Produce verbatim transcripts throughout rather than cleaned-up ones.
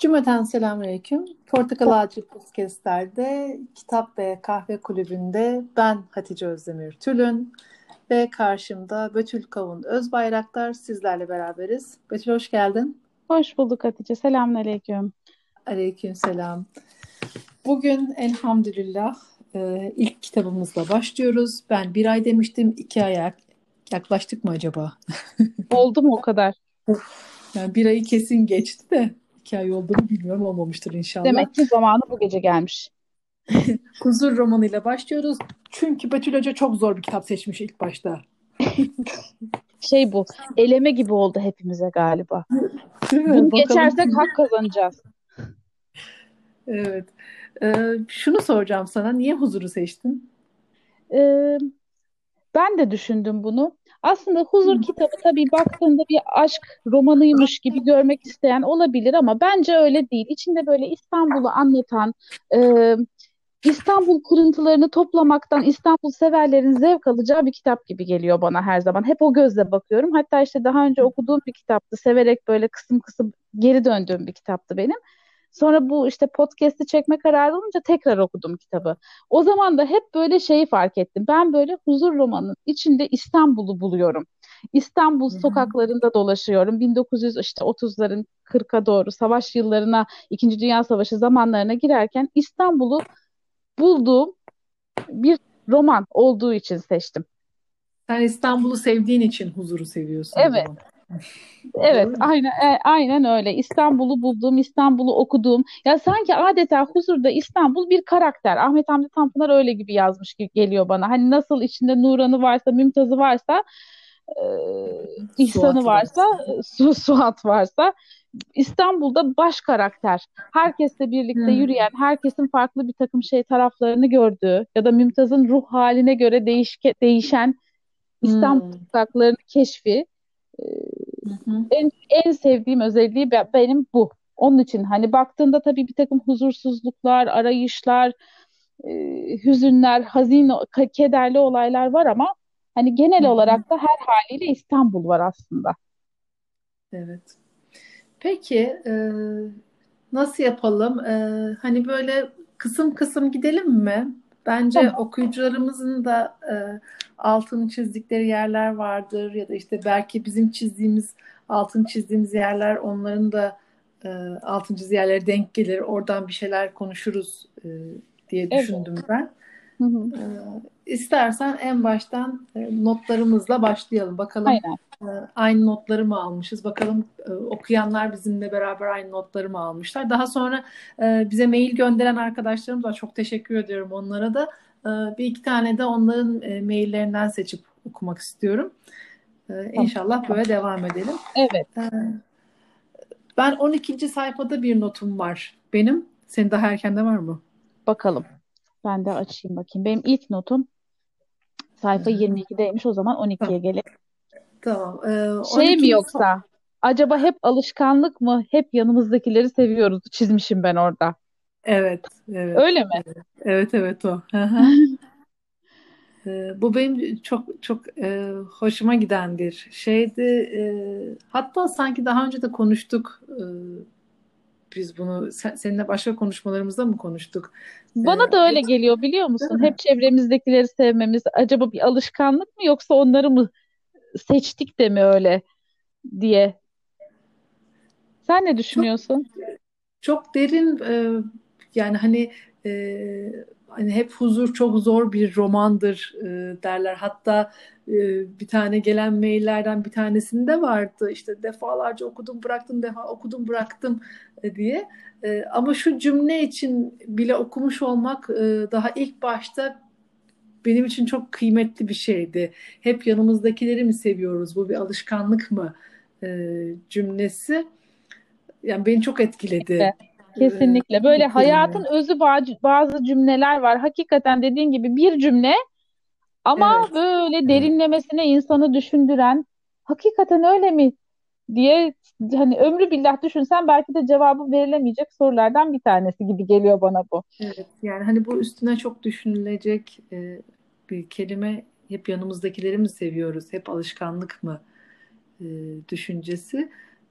Cümleten selamünaleyküm. Portakal Ağacı Podcast'lerde Kitap ve Kahve Kulübü'nde ben Hatice Özdemir Tülün ve karşımda Betül Kavun Özbayraktar sizlerle beraberiz. Betül hoş geldin. Hoş bulduk Hatice. Selamünaleyküm. Aleykümselam. Bugün elhamdülillah e, ilk kitabımızla başlıyoruz. Ben bir ay demiştim, iki aya yaklaştık mı acaba? Oldu mu o kadar? Yani bir ayı kesin geçti de iki ay oldu mu bilmiyorum, olmamıştır inşallah. Demek ki zamanı bu gece gelmiş. Huzur romanıyla başlıyoruz. Çünkü Betül Hoca çok zor bir kitap seçmiş ilk başta. Şey bu, eleme gibi oldu hepimize galiba. Değil Bunu mi? Bakalım geçersek kim? hak kazanacağız. Evet. Ee, şunu soracağım sana. Niye huzuru seçtin? Ee, Ben de düşündüm bunu. Aslında Huzur kitabı tabii baktığında bir aşk romanıymış gibi görmek isteyen olabilir ama bence öyle değil. İçinde böyle İstanbul'u anlatan, e, İstanbul kırıntılarını toplamaktan İstanbul severlerin zevk alacağı bir kitap gibi geliyor bana her zaman. Hep o gözle bakıyorum. Hatta işte daha önce okuduğum bir kitaptı. Severek böyle kısım kısım geri döndüğüm bir kitaptı benim. Sonra bu işte podcast'i çekme kararı alınca tekrar okudum kitabı. O zaman da hep böyle şeyi fark ettim. Ben böyle huzur romanının içinde İstanbul'u buluyorum. İstanbul Hı hı. sokaklarında dolaşıyorum. bin dokuz yüz işte otuzların kırka doğru savaş yıllarına, İkinci Dünya Savaşı zamanlarına girerken İstanbul'u bulduğum bir roman olduğu için seçtim. Sen İstanbul'u sevdiğin için huzuru seviyorsun o Evet, zaman. evet, Doğru mu? aynen, e, aynen öyle. İstanbul'u bulduğum, İstanbul'u okuduğum. Ya sanki adeta Huzur'da İstanbul bir karakter. Ahmet Hamdi Tanpınar öyle gibi yazmış gibi geliyor bana. Hani nasıl içinde Nuran'ı varsa, Mümtaz'ı varsa, e, İhsan'ı Suat var. varsa, e, Su Suat varsa, İstanbul'da baş karakter. Herkesle birlikte Hı. yürüyen, herkesin farklı bir takım şey taraflarını gördüğü ya da Mümtaz'ın ruh haline göre değişke, değişen İstanbul Hı. sokaklarını keşfi. e, Hı hı. En, en sevdiğim özelliği be- benim bu. Onun için hani baktığında tabii bir takım huzursuzluklar, arayışlar, e, hüzünler, hazin, ka- kederli olaylar var ama hani Hı genel hı. olarak da her haliyle İstanbul var aslında. Evet. Peki, e, nasıl yapalım? E, hani böyle kısım kısım gidelim mi? Bence Tamam. okuyucularımızın da e, altını çizdikleri yerler vardır ya da işte belki bizim çizdiğimiz, altını çizdiğimiz yerler onların da e, altını çizdiği yerlere denk gelir. Oradan bir şeyler konuşuruz e, diye Evet. düşündüm ben. Hı hı. Ee, istersen en baştan e, notlarımızla başlayalım. Bakalım Aynen. e, aynı notları mı almışız? Bakalım e, okuyanlar bizimle beraber aynı notları mı almışlar? Daha sonra e, bize mail gönderen arkadaşlarımız var. Çok teşekkür ediyorum onlara da. E, bir iki tane de onların e, maillerinden seçip okumak istiyorum. E, Tamam. İnşallah böyle devam edelim. Evet. E, ben on ikinci sayfada bir notum var benim. Senin daha erkende var mı? Bakalım. Ben de açayım bakayım. Benim ilk notum sayfa yirmi ikideymiş. O zaman on ikiye Tamam. gelelim. Tamam. E, Şey mi on ikinci yoksa? Acaba hep alışkanlık mı? Hep yanımızdakileri seviyoruz. Çizmişim ben orada. Evet, evet, Öyle mi? evet, evet, evet o. Hı hı. Ee, bu benim çok çok e, hoşuma giden bir şeydi. Ee, hatta sanki daha önce de konuştuk. Ee, biz bunu sen- seninle başka konuşmalarımızda mı konuştuk? Ee, Bana da öyle bu, geliyor biliyor değil musun? mi? Hep çevremizdekileri sevmemiz acaba bir alışkanlık mı yoksa onları mı seçtik de mi öyle diye. Sen ne Çok düşünüyorsun? çok derin, e, yani hani e, hani hep huzur çok zor bir romandır e, derler. Hatta e, bir tane gelen maillerden bir tanesinde vardı işte defalarca okudum bıraktım defa okudum bıraktım e, diye. E, ama şu cümle için bile okumuş olmak e, daha ilk başta benim için çok kıymetli bir şeydi. Hep yanımızdakileri mi seviyoruz? Bu bir alışkanlık mı? E, cümlesi. Yani beni çok etkiledi. Kesinlikle. Ee, Kesinlikle. Böyle bu kelime. hayatın özü bazı, bazı cümleler var. Hakikaten dediğin gibi bir cümle ama Evet, böyle derinlemesine insanı düşündüren hakikaten öyle mi diye hani ömrü billah düşünsen belki de cevabı verilemeyecek sorulardan bir tanesi gibi geliyor bana bu. evet. Yani hani bu üstüne çok düşünülecek e, bir kelime. Hep yanımızdakileri mi seviyoruz? Hep alışkanlık mı e, düşüncesi.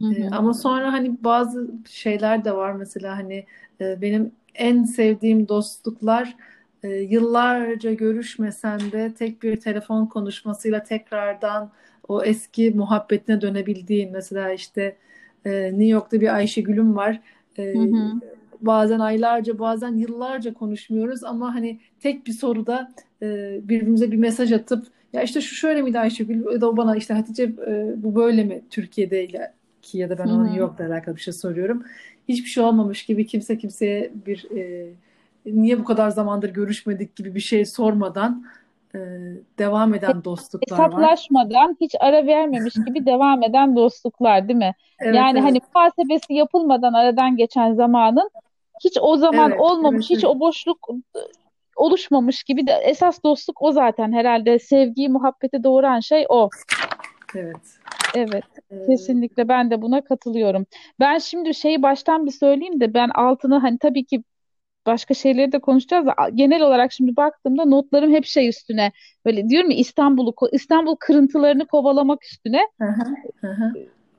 Hı E, hı. ama sonra hani bazı şeyler de var, mesela hani e, benim en sevdiğim dostluklar, e, yıllarca görüşmesen de tek bir telefon konuşmasıyla tekrardan o eski muhabbetine dönebildiğin. Mesela işte e, New York'ta bir Ayşegül'üm var. Hı E, hı. bazen aylarca, bazen yıllarca konuşmuyoruz ama hani tek bir soruda e, birbirimize bir mesaj atıp, ya işte şu şöyle miydi Ayşegül, ya da o bana işte Hatice e, bu böyle mi Türkiye'de, ile ki ya da ben Hı ona New hı. York'la alakalı bir şey soruyorum. Hiçbir şey olmamış gibi, kimse kimseye bir e, niye bu kadar zamandır görüşmedik gibi bir şey sormadan e, devam eden dostluklar var. Hesaplaşmadan, hiç ara vermemiş gibi devam eden dostluklar, değil mi? Evet, Yani evet. hani muhasebesi yapılmadan aradan geçen zamanın hiç o zaman Evet, olmamış, evet, hiç evet. o boşluk oluşmamış gibi de, esas dostluk o zaten herhalde, sevgiyi, muhabbeti doğuran şey o. Evet. Evet, E, kesinlikle ben de buna katılıyorum. Ben şimdi şeyi baştan bir söyleyeyim de, ben altını, hani tabii ki başka şeyleri de konuşacağız da, genel olarak şimdi baktığımda notlarım hep şey üstüne, böyle diyorum ya, İstanbul'u ko- İstanbul kırıntılarını kovalamak üstüne. hı hı, hı hı.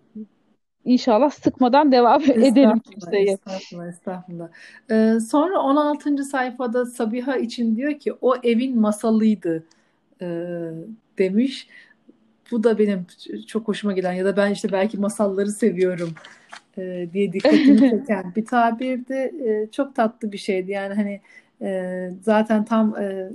İnşallah sıkmadan devam ederim Estağfurullah, kimseyi. estağfurullah, estağfurullah. Ee, sonra on altıncı sayfada Sabiha için diyor ki o evin masalıydı e, demiş. Bu da benim çok hoşuma giden, ya da ben işte belki masalları seviyorum e, diye dikkatimi çeken bir tabirdi. E, çok tatlı bir şeydi. Yani hani e, zaten tam e,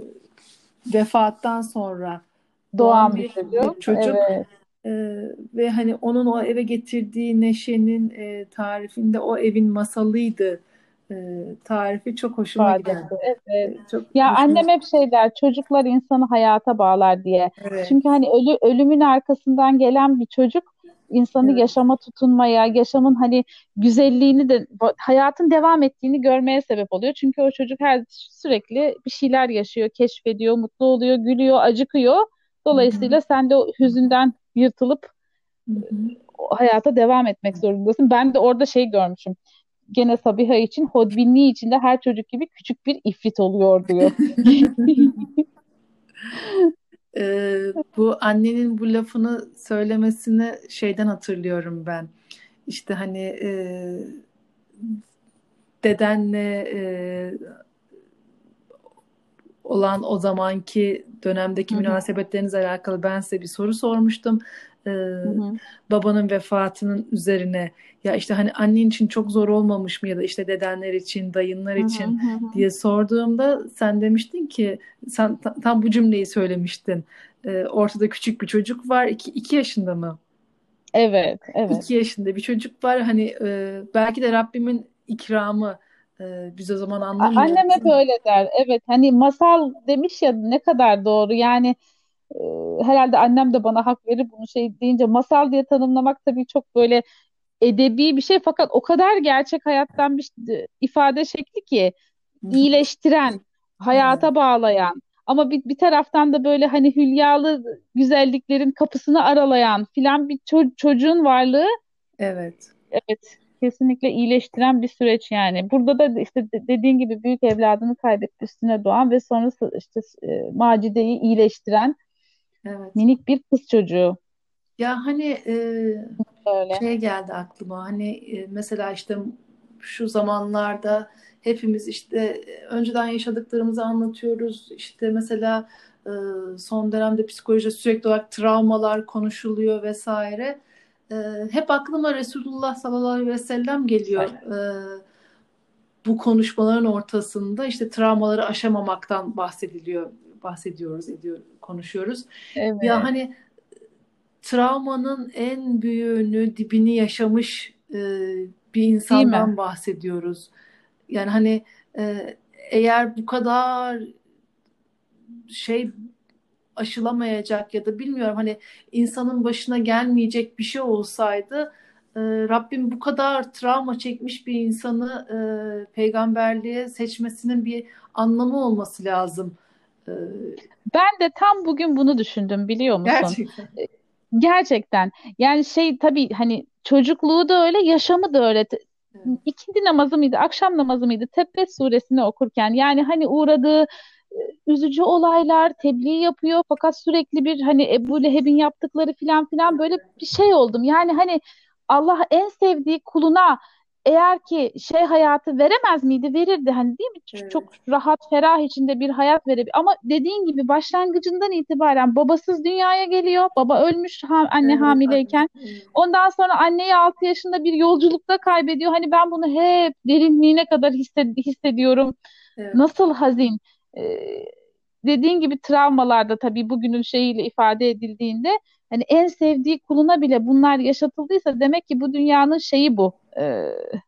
vefattan sonra doğan Doğan bir bir, bir çocuk. çocuk. Evet. Ee, ve hani onun o eve getirdiği neşenin e, tarifinde o evin masalıydı e, tarifi çok hoşuma giden. ifadesi. Evet. E, çok Ya hoşuma. annem hep şey der, çocuklar insanı hayata bağlar diye. Evet, Çünkü hani ölü, ölümün arkasından gelen bir çocuk insanı evet. yaşama tutunmaya, yaşamın hani güzelliğini de, hayatın devam ettiğini görmeye sebep oluyor. Çünkü o çocuk her sürekli bir şeyler yaşıyor, keşfediyor, mutlu oluyor, gülüyor, acıkıyor. Hı hı, Dolayısıyla sen de o hüzünden yırtılıp hı hı. o hayata devam etmek zorundasın. Ben de orada şey görmüşüm. Gene Sabiha için, hodbinliği içinde her çocuk gibi küçük bir ifrit oluyor diyor. Ee, bu annenin bu lafını söylemesini şeyden hatırlıyorum ben. İşte hani e, dedenle e, olan o zamanki Hı dönemdeki hı, münasebetlerinizle alakalı ben size bir soru sormuştum. Ee, hı hı, babanın vefatının üzerine, ya işte hani annen için çok zor olmamış mı, ya da işte dedenler için, dayınlar hı hı, için hı hı. diye sorduğumda sen demiştin ki, sen ta- tam bu cümleyi söylemiştin. Ee, ortada küçük bir çocuk var. iki, iki yaşında mı? Evet, evet. İki yaşında bir çocuk var. Hani e, belki de Rabbimin ikramı. E, biz o zaman A- Annem anlamıyoruz. hep öyle der. Evet, hani masal demiş ya, ne kadar doğru. Yani e, herhalde annem de bana hak verir bunu şey deyince, masal diye tanımlamak tabii çok böyle edebi bir şey, fakat o kadar gerçek hayattan bir e, ifade şekli ki, Hı hı. iyileştiren, Evet. hayata bağlayan, ama bir, bir taraftan da böyle hani hülyalı güzelliklerin kapısını aralayan filan bir ço- çocuğun varlığı, Evet. evet, kesinlikle iyileştiren bir süreç yani. Burada da işte de- dediğin gibi büyük evladını kaybetti, üstüne doğan ve sonrası işte e, Macide'yi iyileştiren Evet. minik bir kız çocuğu Ya hani e, öyle. şey geldi aklıma, hani e, mesela işte şu zamanlarda hepimiz işte e, önceden yaşadıklarımızı anlatıyoruz. İşte mesela e, son dönemde psikolojide sürekli olarak travmalar konuşuluyor vesaire. E, hep aklıma Resulullah sallallahu aleyhi ve sellem geliyor. E, bu konuşmaların ortasında işte travmaları aşamamaktan bahsediliyor, bahsediyoruz, ediyor, konuşuyoruz. Ya Evet, hani travmanın en büyüğünü, dibini yaşamış e, bir değil mi? insandan bahsediyoruz. Yani hani e, eğer bu kadar şey aşılamayacak, ya da bilmiyorum, hani insanın başına gelmeyecek bir şey olsaydı e, Rabbim bu kadar travma çekmiş bir insanı e, peygamberliğe seçmesinin bir anlamı olması lazım. E, Ben de tam bugün bunu düşündüm, biliyor musun? gerçekten. E, Gerçekten. Yani şey, tabii hani çocukluğu da öyle, yaşamı da öyle. Te- Evet. İkindi namazı mıydı, akşam namazı mıydı? Tebbet suresini okurken, yani hani uğradığı e, üzücü olaylar, tebliğ yapıyor fakat sürekli bir, hani Ebu Leheb'in yaptıkları filan filan, böyle bir şey oldum. Yani hani Allah en sevdiği kuluna eğer ki şey hayatı veremez miydi? Verirdi hani, değil mi? Ç- Çok Evet. rahat, ferah içinde bir hayat verebilir. Ama dediğin gibi başlangıcından itibaren babasız dünyaya geliyor. Baba ölmüş ha- anne Evet, hamileyken. haklısın. Evet. Ondan sonra anneyi altı yaşında bir yolculukta kaybediyor. Hani ben bunu hep derinliğine kadar hissed- hissediyorum. Evet. Nasıl hazin. Ee, Dediğin gibi travmalarda tabii bugünün şeyiyle ifade edildiğinde hani en sevdiği kuluna bile bunlar yaşatıldıysa demek ki bu dünyanın şeyi bu. Ee,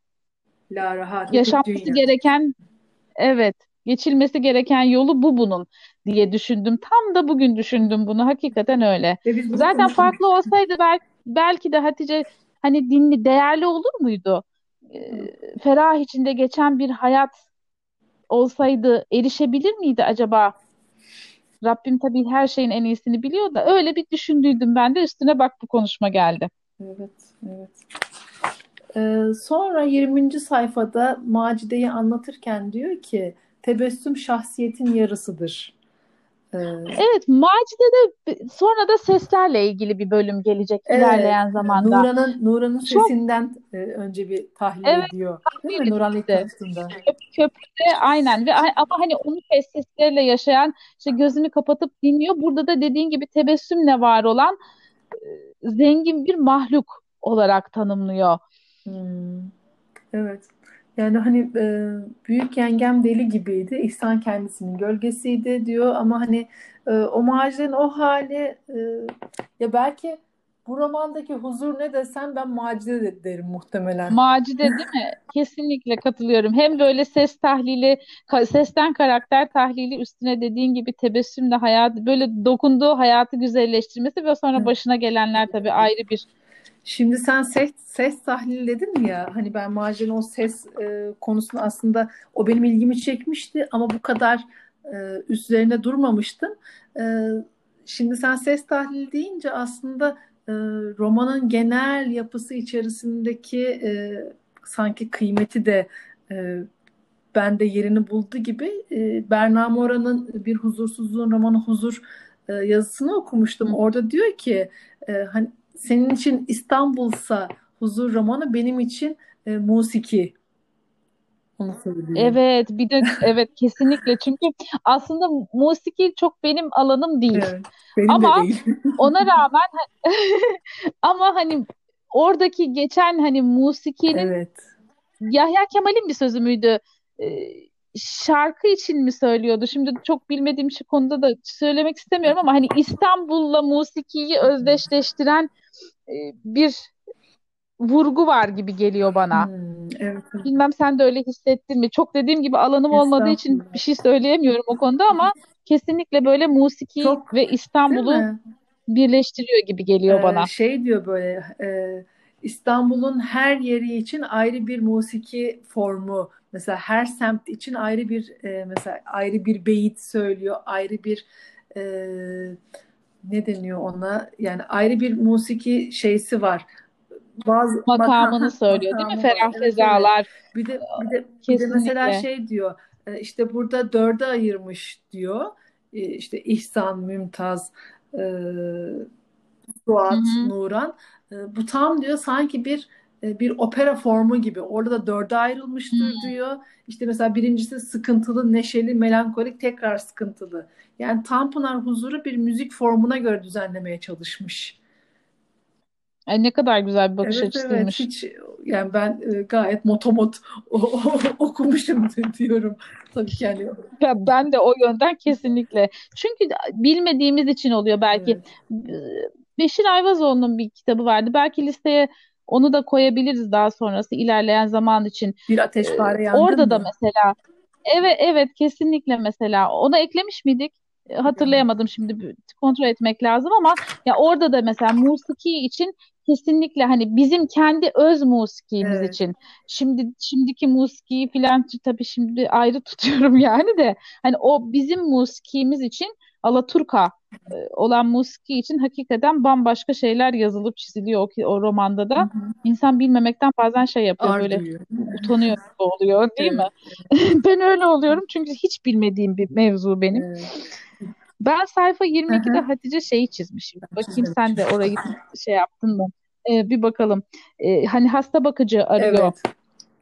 La rahatlık yaşanması dünya. gereken, evet, geçilmesi gereken yolu bu bunun diye düşündüm. Tam da bugün düşündüm bunu. Hakikaten öyle. Ve biz bunu Zaten farklı konuşmamıştık. olsaydı belki, belki de Hatice hani dinli değerli olur muydu? Ee, ferah içinde geçen bir hayat olsaydı erişebilir miydi acaba? Rabbim tabii her şeyin en iyisini biliyor da öyle bir düşündüydüm ben de, üstüne bak bu konuşma geldi. Evet, evet. Ee, sonra yirminci sayfada Macide'yi anlatırken diyor ki tebessüm şahsiyetin yarısıdır. Ee, Evet, Macide'de sonra da seslerle ilgili bir bölüm gelecek evet, ilerleyen e, zamanda. Nura'nın Nura'nın Çok, sesinden e, önce bir tahlil evet, ediyor. Değil mi? tahmin Nura'nın ilk edildi. tanıştığında. Köp köprüde aynen ve ama hani onu sessiz yaşayan, işte gözünü kapatıp dinliyor. Burada da dediğin gibi tebessümle var olan zengin bir mahluk olarak tanımlıyor. Hmm, evet. Yani hani e, büyük yengem deli gibiydi. İhsan kendisinin gölgesiydi diyor ama hani e, o Macide'nin o hali e, ya belki bu romandaki huzur ne desem ben Macide de derim muhtemelen. Macide değil mi? Kesinlikle katılıyorum. Hem böyle ses tahlili, ka- sesten karakter tahlili üstüne dediğin gibi tebessümle hayatı, böyle dokunduğu hayatı güzelleştirmesi ve sonra başına gelenler tabii ayrı bir. Şimdi sen ses, ses tahlili dedin ya hani ben Macide'nin o ses e, konusunu aslında o benim ilgimi çekmişti ama bu kadar e, üzerine durmamıştım. E, şimdi sen ses tahlili deyince aslında e, romanın genel yapısı içerisindeki e, sanki kıymeti de e, bende yerini buldu gibi e, Berna Mora'nın bir huzursuzluğun romanı Huzur e, yazısını okumuştum. Hı. Orada diyor ki e, hani senin için İstanbul'sa Huzur romanı benim için e, musiki. Onu söylüyor. Evet, bir de evet, kesinlikle, çünkü aslında musiki çok benim alanım değil. Evet. Benim de Ama değil. ona rağmen ama hani oradaki geçen hani musikinin, Evet. Yahya Kemal'in bir sözü müydü? Ee, şarkı için mi söylüyordu? Şimdi çok bilmediğim şu konuda da söylemek istemiyorum ama hani İstanbul'la musikiyi özdeşleştiren e, bir vurgu var gibi geliyor bana. Hmm, evet. Bilmem sen de öyle hissettin mi? Çok dediğim gibi alanım olmadığı için bir Estağfurullah. şey söyleyemiyorum o konuda ama kesinlikle böyle musiki Çok ve değil İstanbul'u mi? birleştiriyor gibi geliyor Ee, bana. şey diyor böyle e, İstanbul'un her yeri için ayrı bir musiki formu. Mesela her semt için ayrı bir e, mesela ayrı bir beyit söylüyor. Ayrı bir e, ne deniyor ona? Yani ayrı bir musiki şeysi var. Bazı makam Makamını heh, söylüyor değil mi? makamı var. Ferah Evet, evet. fezalar. Bir de bir de bir de mesela Kesinlikle. şey diyor. e, işte burada dörde ayırmış diyor. E, işte İhsan, Mümtaz, e, Hı Suat, hı. Nuran. E, bu tam diyor sanki bir e, bir opera formu gibi. Orada da dörde Hı. ayrılmıştır diyor. İşte mesela birincisi sıkıntılı, neşeli, melankolik, tekrar sıkıntılı. Yani Tanpınar Huzur'u bir müzik formuna göre düzenlemeye çalışmış. Ay, ne kadar güzel bir bakış Evet, evet, açısıymış. hiç yani ben e, gayet motomot o- o- okumuşum diyorum. Tabii ki yani Ya ben de o yönden kesinlikle. Çünkü bilmediğimiz için oluyor belki. evet, Beşir Ayvazoğlu'nun bir kitabı vardı. Belki listeye onu da koyabiliriz daha sonrası ilerleyen zaman için. bir Ee, ateşpare yangın orada da mı? mesela, evet, evet, kesinlikle, mesela onu eklemiş miydik? E, Hatırlayamadım şimdi, bir kontrol etmek lazım ama ya orada da mesela musiki için kesinlikle hani bizim kendi öz musikimiz Evet. için. Şimdi şimdiki musikiyi filan tabii şimdi ayrı tutuyorum yani de hani o bizim musikimiz için, Alaturka e, olan musiki için hakikaten bambaşka şeyler yazılıp çiziliyor o, ki- o romanda Hı da. hı. İnsan bilmemekten bazen şey yapıyor, Ar böyle duyuyor. utanıyor gibi oluyor değil Evet, mi? Ben öyle oluyorum çünkü hiç bilmediğim bir mevzu benim. evet. Ben sayfa Hı yirmi ikide hı. Hatice şeyi çizmişim. Bakayım Çizelim sen şimdi. de orayı şey yaptın mı? Ee, bir bakalım. Ee, hani hasta bakıcı arıyor Evet.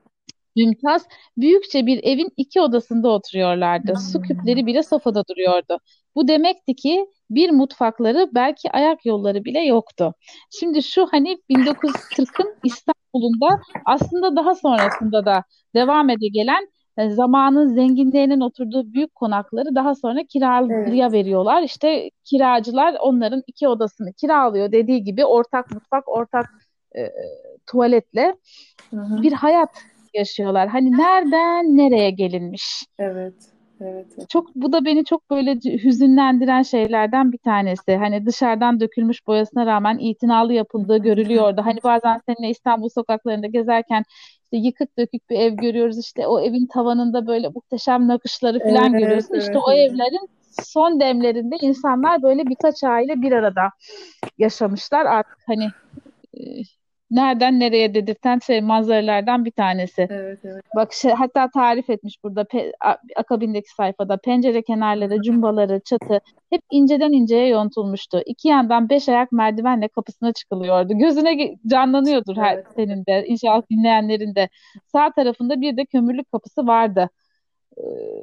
Mümtaz. Büyükçe bir evin iki odasında oturuyorlardı. Su Hmm. küpleri bile sofada duruyordu. Bu demekti ki bir mutfakları, belki ayak yolları bile yoktu. Şimdi şu hani bin dokuz yüz kırkın İstanbul'unda aslında daha sonrasında da devam ede gelen e, zamanın zenginlerinin oturduğu büyük konakları daha sonra Evet. kiraya veriyorlar. İşte kiracılar onların iki odasını kiralıyor. Dediği gibi ortak mutfak, ortak e, tuvaletle Hı hı. bir hayat yaşıyorlar. Hani nereden nereye gelinmiş. Evet. Evet. Evet. Çok, bu da beni çok böyle c- hüzünlendiren şeylerden bir tanesi. Hani dışarıdan dökülmüş boyasına rağmen itinalı yapıldığı görülüyordu. Hani bazen seninle İstanbul sokaklarında gezerken işte yıkık dökük bir ev görüyoruz. İşte o evin tavanında böyle muhteşem nakışları falan Evet, görüyorsun. İşte evet, o evet. evlerin son demlerinde insanlar böyle birkaç aile bir arada yaşamışlar. Artık hani e, nereden nereye dedirten şey manzaralardan bir tanesi. Evet, evet. Bak şey, hatta tarif etmiş burada pe- a- akabindeki sayfada, pencere kenarları, cumbaları, çatı hep inceden inceye yontulmuştu. İki yandan beş ayak merdivenle kapısına çıkılıyordu. Gözüne ge- canlanıyordur her Evet. senin de, inşallah dinleyenlerin de. Sağ tarafında bir de kömürlük kapısı vardı e,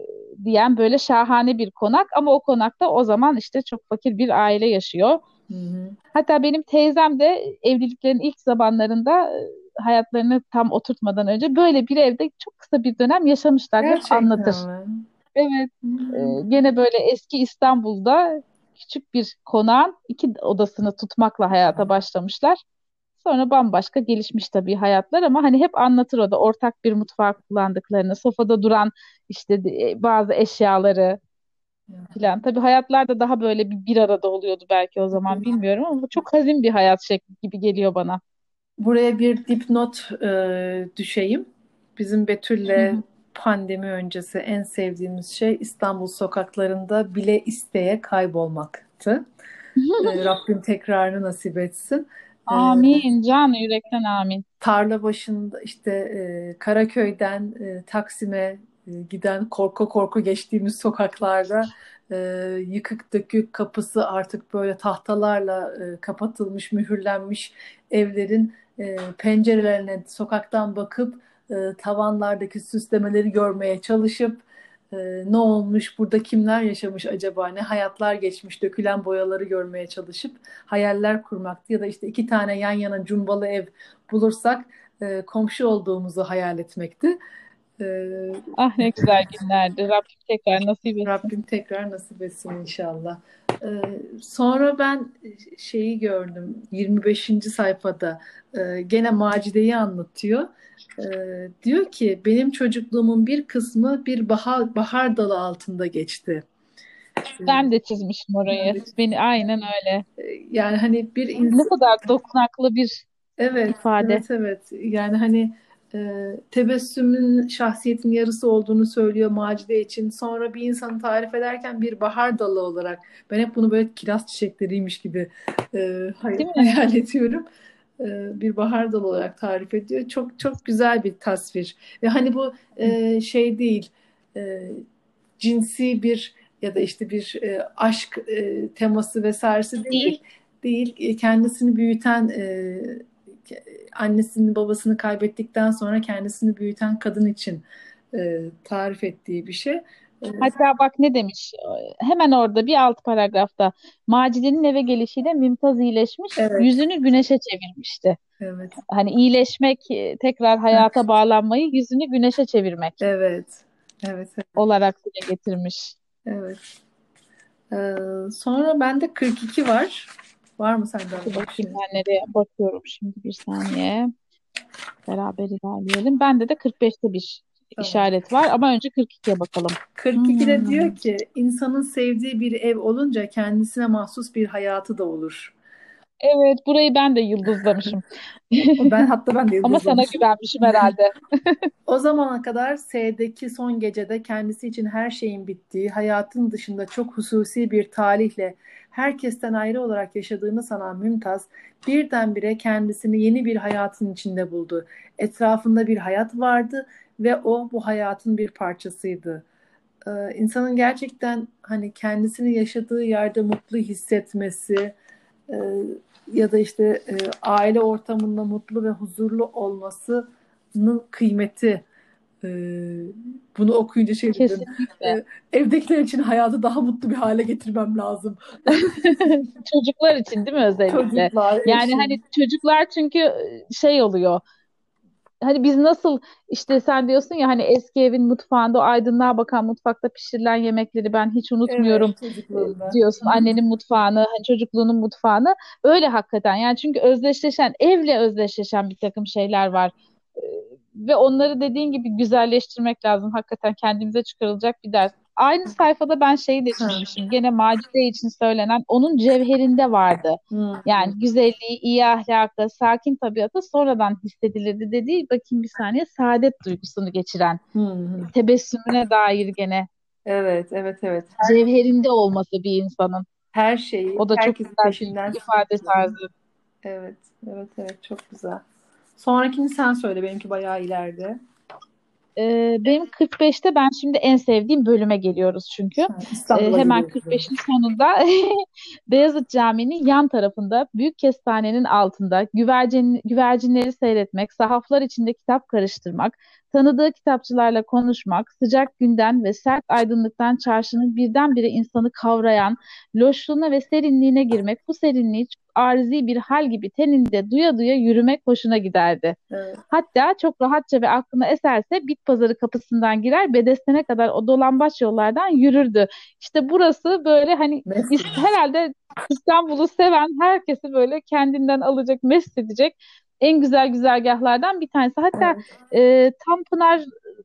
diyen böyle şahane bir konak, ama o konakta o zaman işte çok fakir bir aile yaşıyor. Hı hı. Hatta benim teyzem de evliliklerin ilk zamanlarında e, hayatlarını tam oturtmadan önce böyle bir evde çok kısa bir dönem yaşamışlar. Hep Gerçekten anlatır. mi? Evet, e, Hmm. gene böyle eski İstanbul'da küçük bir konağın iki odasını tutmakla hayata başlamışlar. Sonra bambaşka gelişmiş tabii hayatlar, ama hani hep anlatır o da ortak bir mutfağı kullandıklarını, sofada duran işte e, bazı eşyaları filan. Tabii hayatlar da daha böyle bir, bir arada oluyordu belki o zaman, bilmiyorum, ama bu çok hazin bir hayat şekli gibi geliyor bana. Buraya bir dipnot e, düşeyim. Bizim Hı Betül'le hı. pandemi öncesi en sevdiğimiz şey İstanbul sokaklarında bile isteye kaybolmaktı. E, Rabbim tekrarını nasip etsin. E, Amin. Can yürekten amin. tarla başında işte e, Karaköy'den e, Taksim'e e, giden korku korku geçtiğimiz sokaklarda e, yıkık dökük kapısı artık böyle tahtalarla e, kapatılmış, mühürlenmiş evlerin e, pencerelerine sokaktan bakıp e, tavanlardaki süslemeleri görmeye çalışıp e, ne olmuş, burada kimler yaşamış acaba, ne hayatlar geçmiş, dökülen boyaları görmeye çalışıp hayaller kurmaktı. Ya da işte iki tane yan yana cumbalı ev bulursak e, komşu olduğumuzu hayal etmekti. E, Ah ne güzel günlerdi. Rabbim tekrar nasip etsin. Rabbim tekrar nasip etsin inşallah. E, sonra ben şeyi gördüm yirmi beşinci sayfada e, gene Macide'yi anlatıyor. E, diyor ki benim çocukluğumun bir kısmı bir bahar, bahar dalı altında geçti. E, Ben de çizmişim ben orayı. de- Beni aynen öyle. e, yani hani bir Ne insan. kadar dokunaklı bir Evet, ifade. evet, evet. Yani hani e, tebessümün şahsiyetin yarısı olduğunu söylüyor Macide için. Sonra bir insanı tarif ederken bir bahar dalı olarak, ben hep bunu böyle kiraz çiçekleriymiş gibi e, hay- Değil mi? hayal ediyorum. E, bir bahar dalı olarak tarif ediyor. Çok çok güzel bir tasvir. Ve hani bu e, şey değil, e, cinsi bir ya da işte bir e, aşk e, teması vesairesi Değil. değil. Değil, e, kendisini büyüten e, annesini babasını kaybettikten sonra kendisini büyüten kadın için e, tarif ettiği bir şey. E, Hatta bak ne demiş. Hemen orada bir alt paragrafta. Macide'nin eve gelişiyle Mümtaz iyileşmiş, evet, yüzünü güneşe çevirmişti. evet, Hani iyileşmek, e, tekrar hayata bağlanmayı, yüzünü güneşe çevirmek evet, evet, olarak dile getirmiş. evet. E, sonra bende kırk iki var. Var mı sende Dur bir bakayım şey? ben nereye bakıyorum şimdi, bir saniye. Beraber ilerleyelim. Bende de kırk beşte bir Tamam. işaret var, ama önce kırk ikiye bakalım. kırk ikide Hmm. diyor ki insanın sevdiği bir ev olunca kendisine mahsus bir hayatı da olur. Evet, burayı ben de yıldızlamışım. O ben hatta ben de Ama sana yıldızlamışım. güvenmişim herhalde. O zamana kadar S'deki son gecede kendisi için her şeyin bittiği, hayatın dışında çok hususi bir talihle herkesten ayrı olarak yaşadığını sanan Mümtaz, birdenbire kendisini yeni bir hayatın içinde buldu. Etrafında bir hayat vardı ve o bu hayatın bir parçasıydı. Ee, insanın gerçekten hani kendisini yaşadığı yerde mutlu hissetmesi, e, ya da işte e, aile ortamında mutlu ve huzurlu olmasının kıymeti. E, Bunu okuyunca şey dedim. Kesinlikle. E, Evdekiler için hayatı daha mutlu bir hale getirmem lazım. Çocuklar için değil mi özellikle? Çocuklar, Yani hani eşim. çocuklar çünkü e, şey oluyor. Hani biz nasıl işte sen diyorsun ya hani eski evin mutfağında o aydınlığa bakan mutfakta pişirilen yemekleri ben hiç Evet, unutmuyorum e, çocukluğumda. diyorsun annenin mutfağını, hani çocukluğunun mutfağını öyle hakikaten yani çünkü özdeşleşen evle özdeşleşen bir takım şeyler var. E, Ve onları dediğin gibi güzelleştirmek lazım hakikaten kendimize çıkarılacak bir ders. Aynı sayfada ben şeyi de Ha. çizmişim. Gene Macide için söylenen onun cevherinde vardı. Hmm. Yani güzelliği, iyi ahlakı, sakin tabiatı sonradan hissedilirdi dediği bakayım bir saniye saadet duygusunu geçiren Hmm. tebessümüne dair gene Evet, evet, evet. Her, cevherinde olması bir insanın. her şeyi O da çok herkesin güzel bir peşinden ifade sürüklüyor. tarzı. Evet, evet, evet, çok güzel. Sonrakini sen söyle, benimki bayağı ileride. Ee, benim kırk beşte ben şimdi en sevdiğim bölüme geliyoruz çünkü. Ha, Ee, İstanbul'a hemen geliyoruz. kırk beşin sonunda Beyazıt Camii'nin yan tarafında büyük kestanenin altında güvercin, güvercinleri seyretmek, sahaflar içinde kitap karıştırmak, tanıdığı kitapçılarla konuşmak, sıcak günden ve sert aydınlıktan çarşının birdenbire insanı kavrayan, loşluğuna ve serinliğine girmek, bu serinliği çok arzi bir hal gibi teninde duya duya yürümek hoşuna giderdi. Evet. Hatta çok rahatça ve aklına eserse bit pazarı kapısından girer Bedesten'e kadar o dolambaç yollardan yürürdü. İşte burası böyle hani is- Mesut. herhalde İstanbul'u seven herkesi böyle kendinden alacak, mest edecek en güzel güzergahlardan bir tanesi. Hatta Evet. e, Tanpınar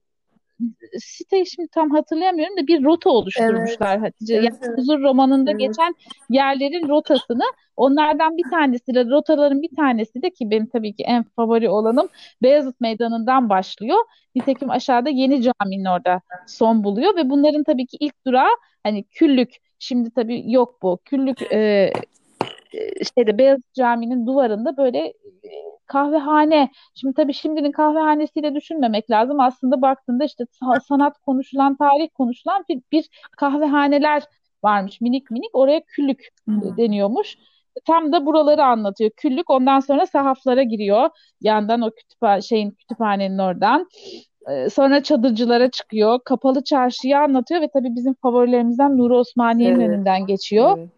siteyi şimdi tam hatırlayamıyorum da bir rota Evet. oluşturmuşlar Hatice. Yani Evet, evet, Huzur romanında evet. geçen yerlerin rotasını onlardan bir tanesi de rotaların bir tanesi de ki benim tabii ki en favori olanım Beyazıt Meydanı'ndan başlıyor. Nitekim aşağıda Yeni Cami'nin orada son buluyor ve bunların tabii ki ilk durağı hani Küllük. Şimdi tabii yok bu. Küllük e, e, şeyde Beyazıt Camii'nin duvarında böyle e, kahvehane. Şimdi tabii şimdinin kahvehanesiyle düşünmemek lazım. Aslında baktığında işte sa- sanat konuşulan, tarih konuşulan bir, bir kahvehaneler varmış minik minik. Oraya küllük e, Hmm. deniyormuş. Tam da buraları anlatıyor. Küllük ondan sonra sahaflara giriyor. Yandan o kütüphane şeyin kütüphanenin oradan. Ee, Sonra çadırcılara çıkıyor. Kapalı çarşıyı anlatıyor ve tabii bizim favorilerimizden Nuri Osmaniye'nin Evet. önünden geçiyor Evet.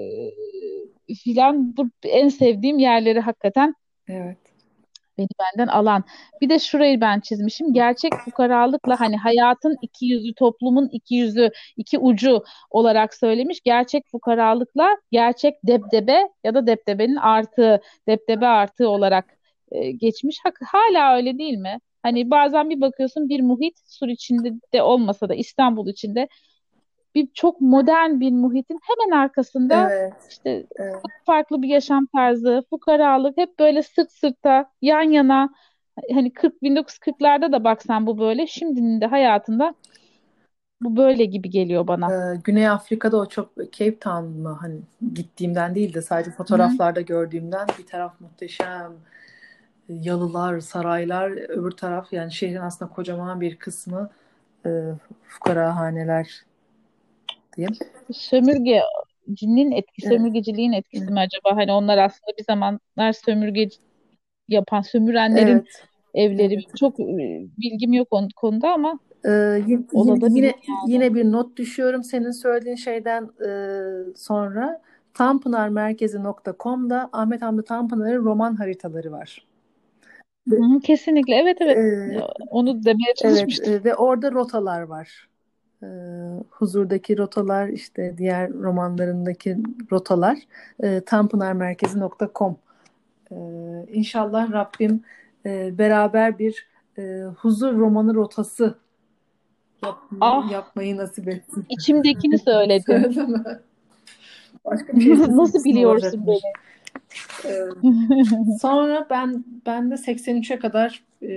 e, filan bu en sevdiğim yerleri hakikaten Evet. beni benden alan. Bir de şurayı ben çizmişim. Gerçek fukaralıkla hani hayatın iki yüzü, toplumun iki yüzü, iki ucu olarak söylemiş. Gerçek fukaralıkla gerçek debdebe ya da debdebenin artığı, debdebe artığı olarak e, geçmiş. Hak- Hala öyle değil mi? Hani bazen bir bakıyorsun bir muhit sur içinde de olmasa da İstanbul içinde bir çok modern bir muhitin hemen arkasında Evet. işte Evet. farklı bir yaşam tarzı, fukaralık hep böyle sırt sırta, yan yana hani kırk bin dokuz yüz kırklarda da baksan bu böyle, şimdinin de hayatında bu böyle gibi geliyor bana. Ee, Güney Afrika'da o çok Cape Town mı hani gittiğimden değil de sadece Hı hı. fotoğraflarda gördüğümden bir taraf muhteşem yalılar, saraylar, öbür taraf yani şehrin aslında kocaman bir kısmı e, fukarahaneler diyeyim. Sömürgecinin etkisi, Evet. sömürgeciliğin etkisi mi acaba? Hani onlar aslında bir zamanlar sömürge yapan, sömürenlerin Evet. evleri. Evet. Çok e, bilgim yok o konuda ama Ee, yine, olabilir yine yani. yine bir not düşüyorum senin söylediğin şeyden e, sonra tanpınarmerkezi nokta com'da Ahmet Hamdi Tanpınar'ın roman haritaları var. Hı hı, kesinlikle. Evet, evet. Ee, Onu demeye evet çalışmıştım. e, ve orada rotalar var. Ee, Huzur'daki rotalar işte diğer romanlarındaki rotalar e, tanpınarmerkezi nokta com. Ee, İnşallah Rabbim e, beraber bir e, huzur romanı rotası yap- Ah, yapmayı nasip etsin. içimdekini söyledin. Söyleme. Başka bir şey Nasıl seçmişsin biliyorsun olacakmış. beni? Ee, Sonra ben ben de seksen üçe kadar e,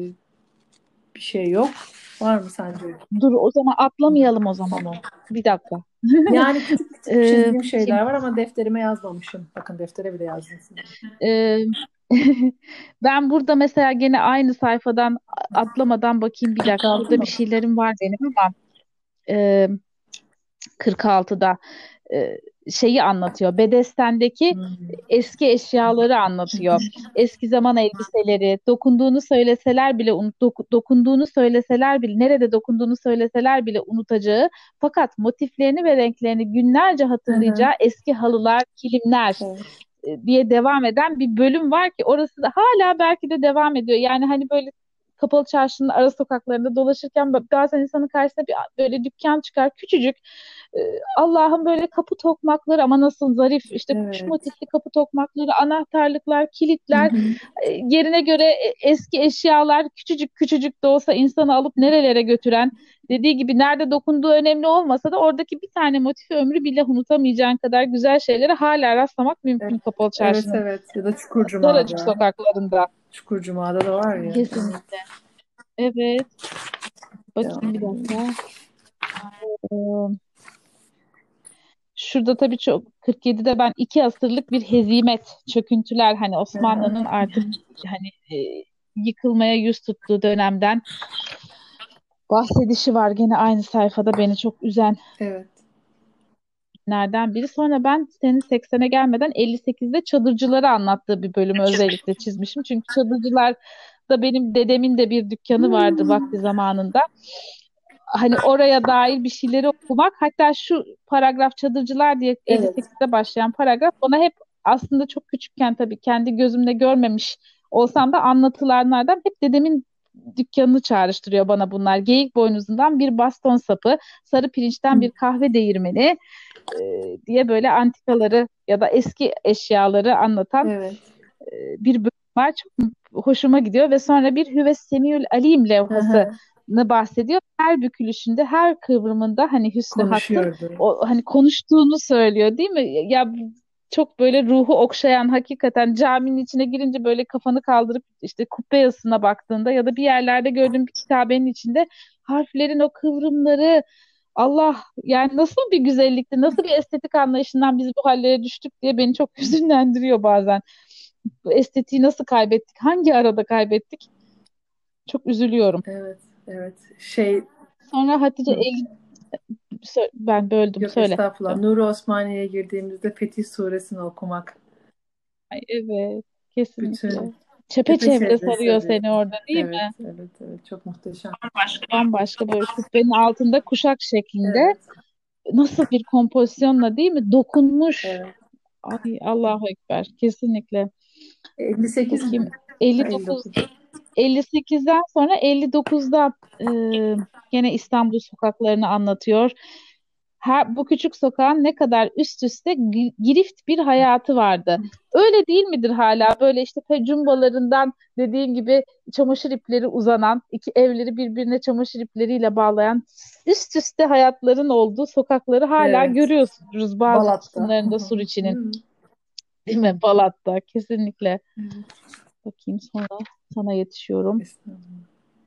bir şey yok. Var mı sence? Dur o zaman atlamayalım o zaman o. Bir dakika. Yani küçük küçük Ee, çizdiğim şeyler kim? var ama defterime yazmamışım. Bakın deftere bile yazmışsın. Ee, Ben burada mesela gene aynı sayfadan atlamadan bakayım bir dakika. kırk altı Burada mı? bir şeylerim var benim ama e, kırk altıda. şeyi anlatıyor. Bedesten'deki Hmm. eski eşyaları anlatıyor. Eski zaman elbiseleri, dokunduğunu söyleseler bile unut, doku- dokunduğunu söyleseler bile, nerede dokunduğunu söyleseler bile unutacağı, fakat motiflerini ve renklerini günlerce Hı hı. hatırlayacağı eski halılar, kilimler Evet. e, diye devam eden bir bölüm var ki orası da hala belki de devam ediyor. Yani hani böyle kapalı çarşının ara sokaklarında dolaşırken bazen insanın karşısına bir böyle dükkan çıkar, küçücük. E, Allah'ım, böyle kapı tokmakları, ama nasıl zarif, işte kuş Evet. motifli kapı tokmakları, anahtarlıklar, Hı kilitler, hı. e, yerine göre e, eski eşyalar, küçücük küçücük de olsa insanı alıp nerelere götüren, dediği gibi nerede dokunduğu önemli olmasa da oradaki bir tane motifi ömrü bile unutamayacağın kadar güzel şeylere hala rastlamak Evet. mümkün Kapalı Evet, Çarşı'nın evet. Ya da daracık Çukurcuma'da. sokaklarında. Çukurcuma'da da var ya. Evet. Kesinlikle. Evet. Bakayım bir Devam. dakika. Ee, Şurada tabii çok kırk yedide ben iki asırlık bir hezimet, çöküntüler, hani Hı hı. Osmanlı'nın artık hani e, yıkılmaya yüz tuttuğu dönemden bahsedişi var gene aynı sayfada, beni çok üzen Evet. nereden biri. Sonra ben senin seksene gelmeden elli sekizde çadırcıları anlattığı bir bölümü özellikle çizmişim. Çünkü çadırcılar da benim dedemin de bir dükkanı vardı vakti zamanında. Hani oraya dair bir şeyleri okumak, hatta şu paragraf, çadırcılar diye Evet. elli sekizde başlayan paragraf bana hep, aslında çok küçükken tabii kendi gözümle görmemiş olsam da, anlatılanlardan hep dedemin dükkanını çağrıştırıyor bana bunlar. Geyik boynuzundan bir baston sapı, sarı pirinçten bir kahve değirmeni e, diye böyle antikaları ya da eski eşyaları anlatan Evet. e, bir bölüm var. Çok hoşuma gidiyor ve sonra bir Hüves Semiül Alim Hı levhasını hı. bahsediyor. Her bükülüşünde, her kıvrımında hani Hüsnü Hatt'ın Konuşuyordu. o hani konuştuğunu söylüyor, değil mi? Ya çok böyle ruhu okşayan, hakikaten caminin içine girince böyle kafanı kaldırıp işte kubbe yazısına baktığında ya da bir yerlerde gördüğün bir kitabenin içinde harflerin o kıvrımları, Allah, yani nasıl bir güzellikti, nasıl bir estetik anlayışından biz bu hallere düştük diye beni çok hüzünlendiriyor bazen. Bu estetiği nasıl kaybettik? Hangi arada kaybettik? Çok üzülüyorum. Evet. Evet. Şey, Sonra Hatice hı. el sö- ben böldüm, Yok, söyle. estağfurullah. Nuri Osmaniye'ye girdiğimizde Fetih Suresini okumak. Ay, evet, Bütün kesinlikle. Çepeçevre tepeçevre sarıyor sarıyor. seni orada, değil Evet, mi? evet, evet. Çok muhteşem. Bambaşka, böyle kubbenin altında kuşak şeklinde, Evet, nasıl bir kompozisyonla, değil mi? Dokunmuş. evet. Ay, Allahu Ekber, kesinlikle. elli sekiz mi? Bakayım, Ha, elli dokuz, elli dokuz. elli sekizden sonra elli dokuzda e, gene İstanbul sokaklarını anlatıyor. Her, bu küçük sokağın ne kadar üst üste gi- girift bir hayatı vardı. Öyle değil midir hala? Böyle işte cumbalarından, dediğin gibi, çamaşır ipleri uzanan, iki evleri birbirine çamaşır ipleriyle bağlayan üst üste hayatların olduğu sokakları hala Evet. görüyoruz bazı Balat'ta. Hı kısımlarında hı. Suriçi'nin. Hı. Değil mi? Balat'ta kesinlikle. Evet. Bakayım, sonra sana yetişiyorum. Estağfurullah.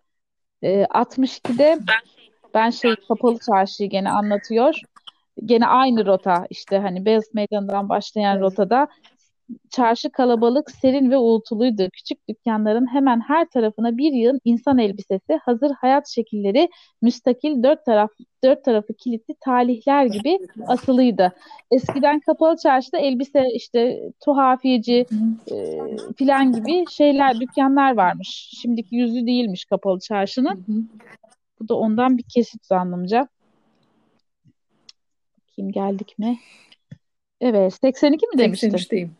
Ee, altmış ikide ben şey Kapalı Çarşı'yı gene anlatıyor. Gene aynı rota, işte hani Beyaz Meydan'dan başlayan Evet. rotada çarşı kalabalık, serin ve uğultuluydu. Küçük dükkanların hemen her tarafına bir yığın insan elbisesi, hazır hayat şekilleri, müstakil dört taraf dört tarafı kilitli talihler gibi asılıydı. Eskiden Kapalı Çarşıda elbise, işte tuhafiyeci Hı e, filan gibi şeyler, dükkanlar varmış. Şimdiki yüzü değilmiş Kapalı hı. Çarşı'nın. Hı. Bu da ondan bir kesit zannımca. Kim geldik mi? Evet, seksen iki mi demiştin? seksen üçteyim.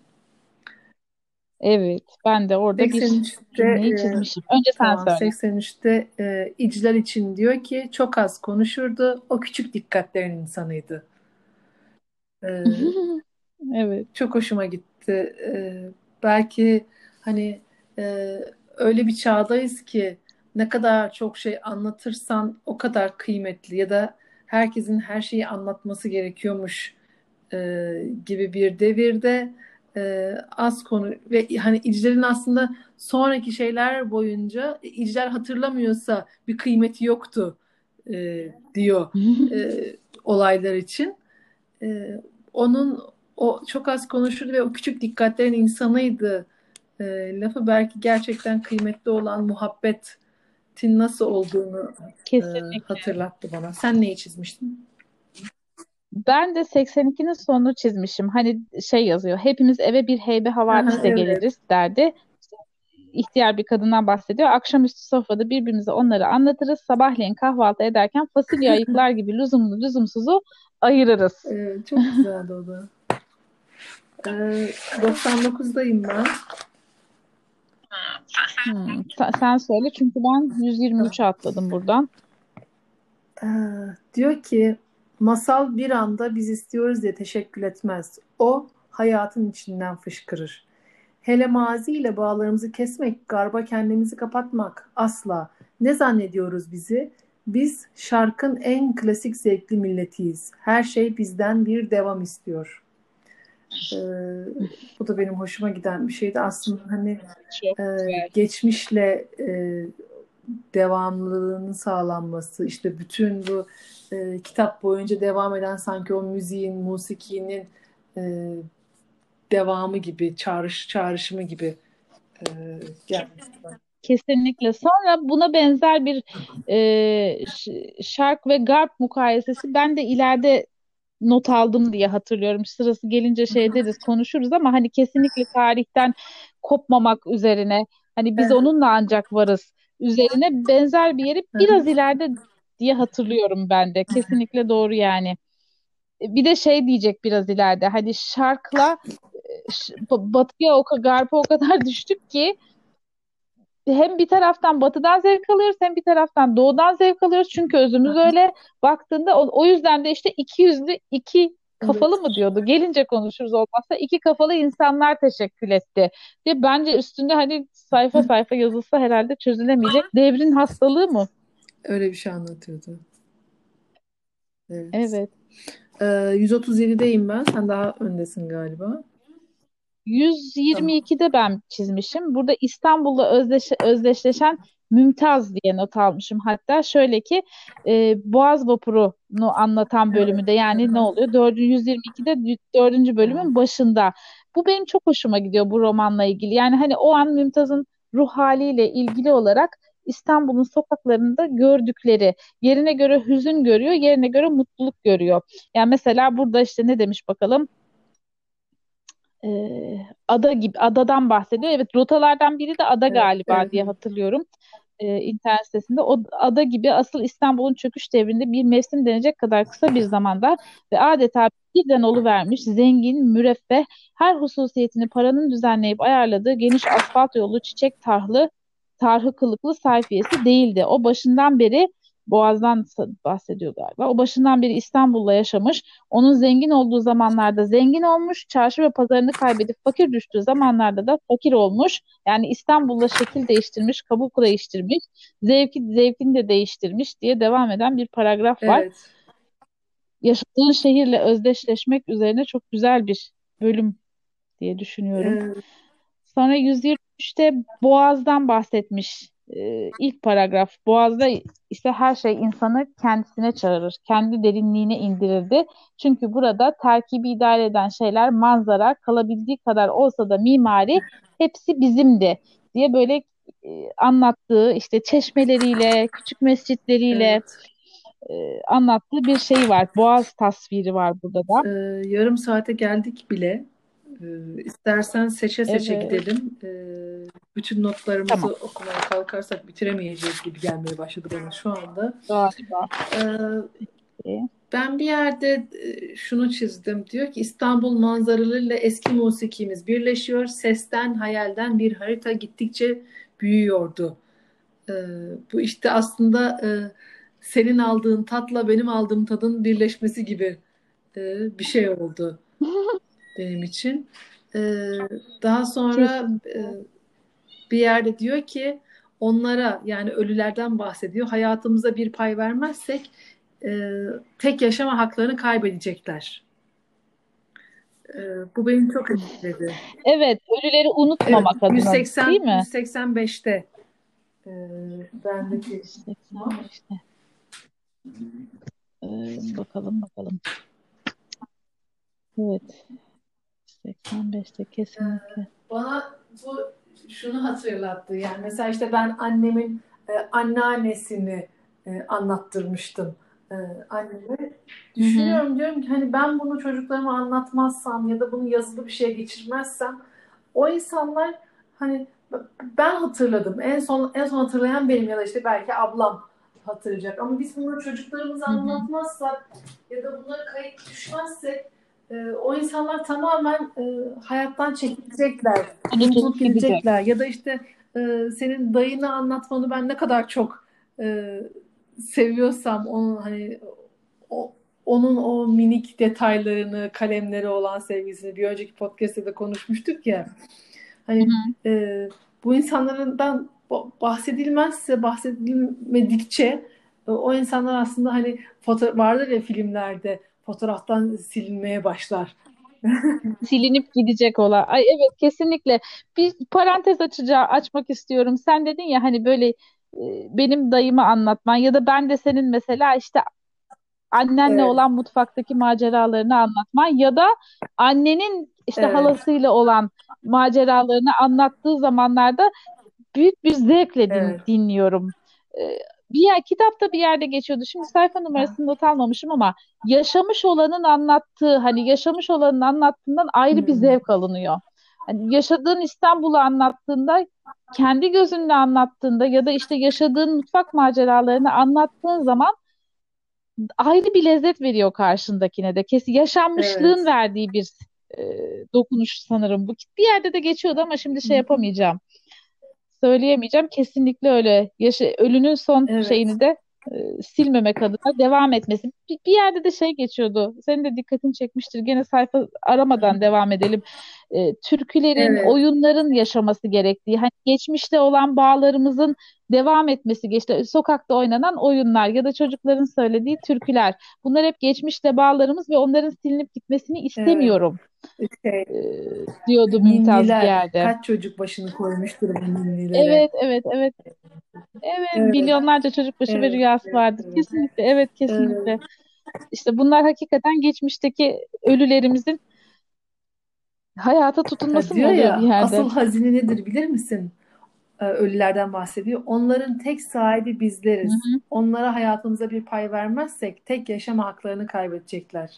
Evet, ben de orada bir seksen üçte cümleyi e, çizmişim. Önce sen tamam, söyle. seksen üçte e, İcler için diyor ki çok az konuşurdu. O küçük dikkatlerin insanıydı. E, Evet. Çok hoşuma gitti. E, belki hani e, öyle bir çağdayız ki ne kadar çok şey anlatırsan o kadar kıymetli ya da herkesin her şeyi anlatması gerekiyormuş e, gibi bir devirde e, az konu ve hani İcler'in aslında sonraki şeyler boyunca İcler hatırlamıyorsa bir kıymeti yoktu e, diyor e, olaylar için. E, Onun o çok az konuşurdu ve o küçük dikkatlerin insanıydı e, lafı belki gerçekten kıymetli olan muhabbetin nasıl olduğunu e, Kesinlikle. hatırlattı bana. Sen neyi çizmiştin? Ben de seksen ikinin sonunu çizmişim. Hani şey yazıyor. Hepimiz eve bir heybe Aha, havadisle evet. geliriz derdi. İhtiyar bir kadından bahsediyor. Akşamüstü sofrada birbirimize onları anlatırız. Sabahleyin kahvaltı ederken fasulye ayıklar gibi lüzumlu lüzumsuzu ayırırız. Evet, çok güzeldi o da. Ee, doksan dokuzdayım ben. Hmm, sen sen söyle çünkü ben yüz yirmi üçe atladım buradan. Ee, diyor ki masal bir anda biz istiyoruz diye teşekkür etmez. O hayatın içinden fışkırır. Hele maziyle bağlarımızı kesmek, garba kendimizi kapatmak asla. Ne zannediyoruz bizi? Biz şarkın en klasik zevkli milletiyiz. Her şey bizden bir devam istiyor. Ee, bu da benim hoşuma giden bir şeydi. Aslında hani Çok e, güzel. geçmişle e, devamlılığının sağlanması, işte bütün bu e, kitap boyunca devam eden sanki o müziğin, musikinin e, devamı gibi, çağrış, çağrışımı gibi e, gelmişti bana. Kesinlikle. Sonra buna benzer bir e, ş- şark ve garp mukayesesi ben de ileride not aldım diye hatırlıyorum. Sırası gelince Hı şey hı. deriz, konuşuruz ama hani kesinlikle tarihten kopmamak üzerine, hani biz Evet. onunla ancak varız üzerine benzer bir yeri Hı biraz hı. ileride diye hatırlıyorum ben de. Kesinlikle doğru yani. Bir de şey diyecek biraz ileride, hani şarkla e, ş- batıya o kadar garpa o kadar düştük ki hem bir taraftan batıdan zevk alıyoruz hem bir taraftan doğudan zevk alıyoruz. Çünkü özümüz öyle baktığında o, o yüzden de işte iki yüzlü iki kafalı Evet. mı diyordu. Gelince konuşuruz olmazsa iki kafalı insanlar teşekkül etti. Ve bence üstünde hani sayfa sayfa yazılsa herhalde çözülemeyecek. Devrin hastalığı mı? Öyle bir şey anlatıyordu. Evet. Evet. Ee, yüz otuz yedideyim ben. Sen daha öndesin galiba. Tamam. yüz yirmi ikide ben çizmişim. Burada İstanbul'la özdeş, özdeşleşen Mümtaz diye not almışım. Hatta şöyle ki e, Boğaz Vapuru'nu anlatan Evet. bölümü de Hı yani ne hı. oluyor? Dördüncü yüz yirmi ikide dördüncü Evet. bölümün başında. Bu benim çok hoşuma gidiyor bu romanla ilgili. Yani hani o an Mümtaz'ın ruh haliyle ilgili olarak İstanbul'un sokaklarında gördükleri, yerine göre hüzün görüyor, yerine göre mutluluk görüyor. Yani mesela burada işte ne demiş bakalım? Ee, ada gibi adadan bahsediyor. Evet, rotalardan biri de ada Evet. galiba Evet. diye hatırlıyorum. Ee, internet sitesinde. O ada gibi asıl İstanbul'un çöküş devrinde bir mevsim denecek kadar kısa bir zamanda ve adeta birden oluvermiş, zengin, müreffeh, her hususiyetini paranın düzenleyip ayarladığı geniş asfalt yolu, çiçek tarhlı, tarhı kılıklı sayfiyesi değildi. O başından beri Boğaz'dan bahsediyor galiba. O başından beri İstanbul'da yaşamış. Onun zengin olduğu zamanlarda zengin olmuş, çarşı ve pazarını kaybedip fakir düştüğü zamanlarda da fakir olmuş. Yani İstanbul'da şekil değiştirmiş, kabuk değiştirmiş, zevki, zevkini de değiştirmiş diye devam eden bir paragraf var. Evet. Yaşadığın şehirle özdeşleşmek üzerine çok güzel bir bölüm diye düşünüyorum. Evet. Sonra yüz yirmi üçte Boğaz'dan bahsetmiş. Ee, ilk paragraf. Boğaz'da ise her şey insanı kendisine çağırır, kendi derinliğine indirirdi. Çünkü burada terkibi idare eden şeyler manzara, kalabildiği kadar olsa da mimari hepsi bizimdi diye böyle e, anlattığı işte çeşmeleriyle, küçük mescitleriyle Evet. e, anlattığı bir şey var. Boğaz tasviri var burada da. Ee, yarım saate geldik bile. Ee, istersen seçe seçe Evet, gidelim. Ee, bütün notlarımızı tamam. okumaya kalkarsak bitiremeyeceğiz gibi gelmeye başladı bana şu anda. Galiba. Ee, E, ben bir yerde e, şunu çizdim. Diyor ki İstanbul manzaralarıyla eski musikimiz birleşiyor. Sesten, hayalden bir harita gittikçe büyüyordu. Ee, bu işte aslında e, senin aldığın tatla benim aldığım tadın birleşmesi gibi e, bir şey oldu benim için. Ee, daha sonra e, Kesinlikle. bir yerde diyor ki onlara yani ölülerden bahsediyor. Hayatımıza bir pay vermezsek e, tek yaşama haklarını kaybedecekler. E, bu beni çok etkiledi. Evet, ölüleri Evet, unutmamak adına, değil yüz seksen mi? yüz seksen beşte e, bendeki not. yüz seksen beşte. Ee, bakalım bakalım. Evet, yüz seksen beşte kesinlikle. Bana bu şunu hatırlattı. Yani mesela işte ben annemin e, anneannesini e, anlattırmıştım. e, anneme. Hı hı. Düşünüyorum, diyorum ki hani ben bunu çocuklarıma anlatmazsam ya da bunu yazılı bir şeye geçirmezsem o insanlar hani ben hatırladım. En son en son hatırlayan benim ya da işte belki ablam hatırlayacak. Ama biz bunları çocuklarımıza Hı hı. anlatmazsak ya da bunlara kayıt düşmezsek e, o insanlar tamamen e, hayattan çekilecekler, Unutulup unutulup gidecek. gidecekler. Ya da işte e, senin dayını anlatmanı ben ne kadar çok e, seviyorsam onun hani o, onun o minik detaylarını, kalemleri olan sevgisini bir önceki podcast'te de konuşmuştuk ya. Hı Hani hı. e, bu insanlardan bahsedilmezse, bahsedilmedikçe e, o insanlar aslında hani foto vardır ya filmlerde fotoğraftan silinmeye başlar. Silinip gidecek olan. Ay evet, kesinlikle. Bir parantez açacağı açmak istiyorum. Sen dedin ya hani böyle e, benim dayımı anlatman ya da ben de senin mesela işte annenle Evet, olan mutfaktaki maceralarını anlatman ya da annenin işte evet, halasıyla olan maceralarını anlattığı zamanlarda büyük bir zevkle din- evet. dinliyorum. Ee, bir yer, kitapta bir yerde geçiyordu. Şimdi sayfa numarasını not almamışım ama yaşamış olanın anlattığı, hani yaşamış olanın anlattığından ayrı bir Hmm, zevk alınıyor. Hani yaşadığın İstanbul'u anlattığında, kendi gözünle anlattığında ya da işte yaşadığın mutfak maceralarını anlattığın zaman ayrı bir lezzet veriyor karşındakine de. Kesin yaşanmışlığın evet. verdiği bir e, dokunuş sanırım bu. Bir yerde de geçiyordu ama şimdi şey yapamayacağım, söyleyemeyeceğim. Kesinlikle öyle. Yaşa, ölünün son Evet. şeyini de e, silmemek adına devam etmesi. Bir, bir yerde de şey geçiyordu. Senin de dikkatini çekmiştir. Gene sayfa aramadan devam edelim. E, türkülerin, Evet. oyunların yaşaması gerektiği, hani geçmişte olan bağlarımızın devam etmesi, işte sokakta oynanan oyunlar ya da çocukların söylediği türküler. Bunlar hep geçmişte bağlarımız ve onların silinip gitmesini Evet. istemiyorum Şey, e, diyordu Mümtaz bir ninniler. yerde. Kaç çocuk başını koymuştur bu ninnilere. Evet, evet, evet. Evet, Evet. milyonlarca çocuk başı ve Evet. rüyası Evet. vardır. Evet. Kesinlikle, evet, Ee, kesinlikle. İşte bunlar hakikaten geçmişteki ölülerimizin hayata ha, tutunması mı diyor oluyor bir ya yerde? asıl hazine nedir bilir misin? Ee, ölülerden bahsediyor. Onların tek sahibi Hı bizleriz. hı. Onlara hayatımıza bir pay vermezsek tek yaşama haklarını kaybedecekler.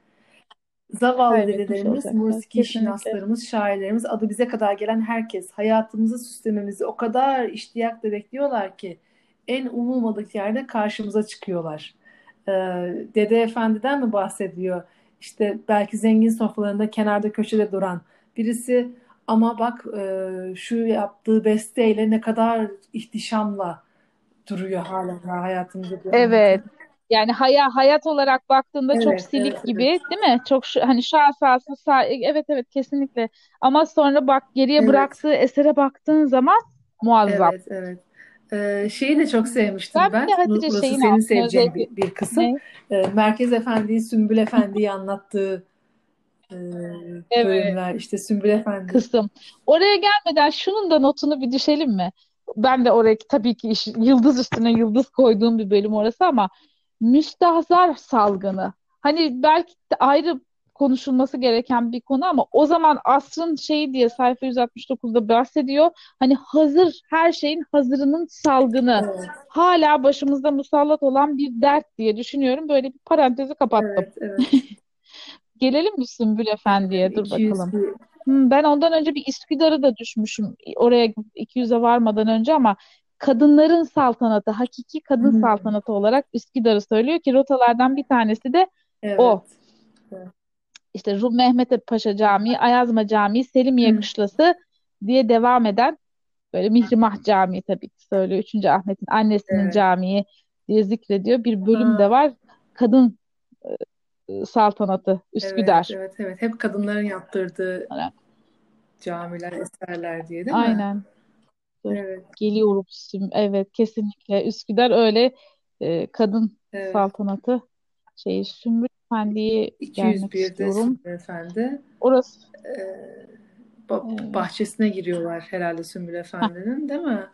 Zavallı Kaybetmiş dedelerimiz, olacaklar. musiki Kesinlikle. şinaslarımız, şairlerimiz, adı bize kadar gelen herkes hayatımızı süslememizi o kadar iştiyakla bekliyorlar ki en umulmadık yerde karşımıza çıkıyorlar. Ee, Dede Efendi'den mi bahsediyor? İşte belki zengin sofralarında kenarda köşede duran birisi ama bak e, şu yaptığı besteyle ne kadar ihtişamla duruyor hala hayatımızda devam ediyor. Evet. Yani haya, hayat olarak baktığında çok Evet, evet, silik gibi, evet. değil mi? Çok şu, hani şahsası sağ, evet evet, kesinlikle. Ama sonra bak, geriye Evet. bıraktığı esere baktığın zaman muazzam. Evet, evet. Ee, şeyi de çok sevmiştim Ben bir ben. de Bu- Hatice Burası şeyin senin altını seveceğin özellikle bir, bir kısım. ne? Ee, Merkez Efendi'yi, Sümbül Efendi'yi anlattığı e, Evet. bölümler. İşte Sümbül Efendi. Kısım. Oraya gelmeden şunun da notunu bir düşelim mi? Ben de oraya tabii ki iş- yıldız üstüne yıldız koyduğum bir bölüm orası ama müstahzar salgını. Hani belki de ayrı konuşulması gereken bir konu ama o zaman asrın şeyi diye sayfa yüz altmış dokuzda bahsediyor. Hani hazır, her şeyin hazırının salgını. Evet, Hala başımızda musallat olan bir dert diye düşünüyorum. Böyle bir parantezi kapattım. evet, evet. Gelelim mi Sümbül Ee, Efendi'ye? Dur iki yüz bakalım. bir. Hmm, ben ondan önce bir Üsküdar'ı da düşmüşüm. Oraya iki yüze varmadan önce ama kadınların saltanatı, hakiki kadın Hmm, saltanatı olarak Üsküdar'ı söylüyor ki rotalardan bir tanesi de evet. o. İşte Rum Mehmet Paşa Camii, Ayazma Camii, Selimiye Hmm, Kışlası diye devam eden, böyle Mihrimah Camii tabii ki söylüyor. Üçüncü Ahmet'in annesinin evet. camii diye zikrediyor. Bir bölüm de Ha, var. Kadın e, saltanatı evet, Üsküdar. evet, evet. Hep kadınların yaptırdığı camiler, eserler diye değil mi? Aynen. Dur. Evet, Geliyorum. Süm- Evet, kesinlikle. Üsküdar öyle e, kadın evet. saltanatı şeyi. Sümbül Efendi'ye gelmek iki yüz birde istiyorum. Sümbül Efendi. Orası Ee, ba- e, bahçesine giriyorlar herhalde Sümbül hah, Efendi'nin, değil mi?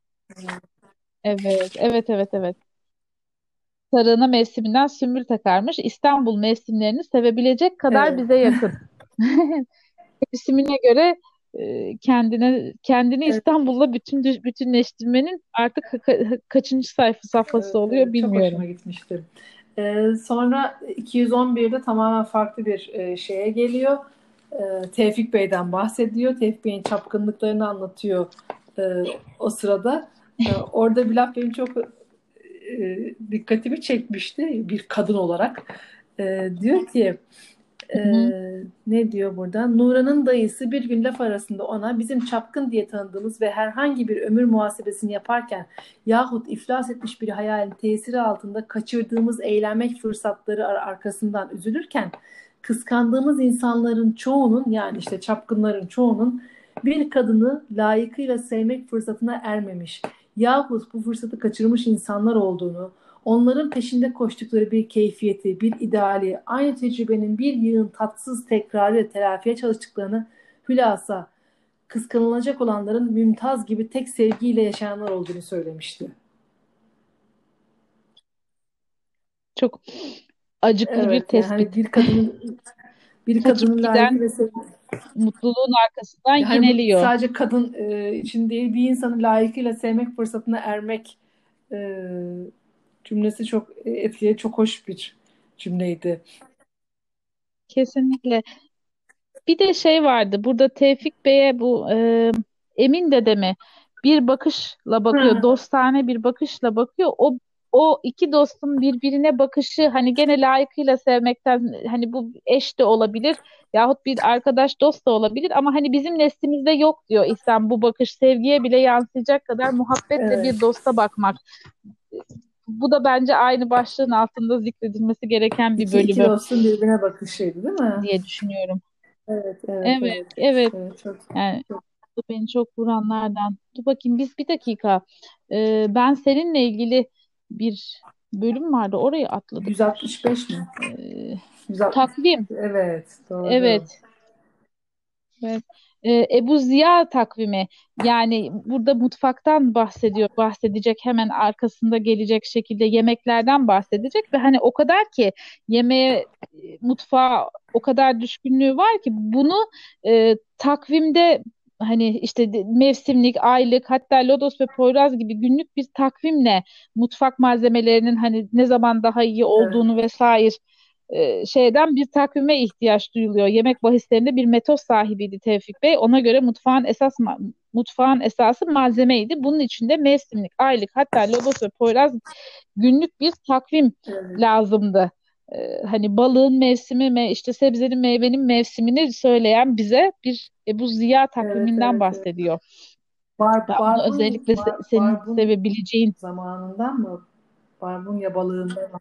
evet, evet, evet, evet. Sarığına mevsiminden sümbül takarmış. İstanbul mevsimlerini sevebilecek kadar Evet. bize yakın. Mevsimine göre e, kendine kendini Evet, İstanbul'la bütün bütünleştirmenin artık ka- kaçıncı sayfa safhası evet, oluyor evet. Çok bilmiyorum. hoşuma gitmişti. Ee, sonra iki yüz on birde tamamen farklı bir e, şeye geliyor. Ee, Tevfik Bey'den bahsediyor. Tevfik Bey'in çapkınlıklarını anlatıyor e, o sırada. Ee, orada bir laf benim çok e, dikkatimi çekmişti bir kadın olarak. Ee, diyor ki Hı e, hı. ne diyor burada? Nuran'ın dayısı bir gün laf arasında ona bizim çapkın diye tanıdığımız ve herhangi bir ömür muhasebesini yaparken yahut iflas etmiş bir hayalin tesiri altında kaçırdığımız eğlenmek fırsatları ar- arkasından üzülürken kıskandığımız insanların çoğunun yani işte çapkınların çoğunun bir kadını layıkıyla sevmek fırsatına ermemiş yahut bu fırsatı kaçırmış insanlar olduğunu, onların peşinde koştukları bir keyfiyeti, bir ideali, aynı tecrübenin bir yığın tatsız tekrarı telafiye çalıştıklarını, hülasa kıskanılacak olanların Mümtaz gibi tek sevgiyle yaşayanlar olduğunu söylemişti. Çok acıklı bir Evet yani tespit. hani bir kadının bir Kaçıp kadının giden layıkıyla sevmek, mutluluğun arkasından yani bu yineliyor. sadece kadın e, için değil bir insanı layıkıyla sevmek fırsatına ermek e, cümlesi çok etkili, çok hoş bir cümleydi. Kesinlikle. Bir de şey vardı. Burada Tevfik Bey'e bu e, Emin dede mi bir bakışla bakıyor. Hı, Dostane bir bakışla bakıyor. O o iki dostun birbirine bakışı hani gene layıkıyla sevmekten hani bu eş de olabilir yahut bir arkadaş dost da olabilir ama hani bizim neslimizde yok diyor İhsan bu bakış sevgiye bile yansıyacak kadar muhabbetle evet. bir dosta bakmak. Bu da bence aynı başlığın altında zikredilmesi gereken bir İki, iki bölümü dostun birbirine bakışıydı değil mi? diye düşünüyorum. Evet, evet, Evet, evet. evet. Evet, çok, Yani çok. bu beni çok vuranlardan. Dur bakayım biz bir dakika. Ee, ben seninle ilgili bir bölüm vardı. Orayı atladık. yüz altmış beş mi? Ee, yüz altmış. takvim. Evet, doğru. Evet. Evet. Ee, Ebu Ziya takvimi yani burada mutfaktan bahsediyor bahsedecek hemen arkasında gelecek şekilde yemeklerden bahsedecek ve hani o kadar ki yemeğe e, mutfağa o kadar düşkünlüğü var ki bunu e, takvimde hani işte de- mevsimlik, aylık hatta lodos ve poyraz gibi günlük bir takvimle mutfak malzemelerinin hani ne zaman daha iyi Evet, olduğunu vesaire e, şeyden bir takvime ihtiyaç duyuluyor. Yemek bahislerinde bir metot sahibiydi Tevfik Bey. Ona göre mutfağın esas ma- mutfağın esası malzemeydi. Bunun için de mevsimlik, aylık hatta lodos ve poyraz günlük bir takvim evet, lazımdı. E, hani balığın mevsimi, me işte sebzenin, meyvenin mevsimini söyleyen bize bir Ebu Ziya evet, takviminden evet, evet. bahsediyor. Bar, Ben bunu barbun, özellikle se- bar, senin barbun sevebileceğin. zamanından mı? Barbunya balığından mı?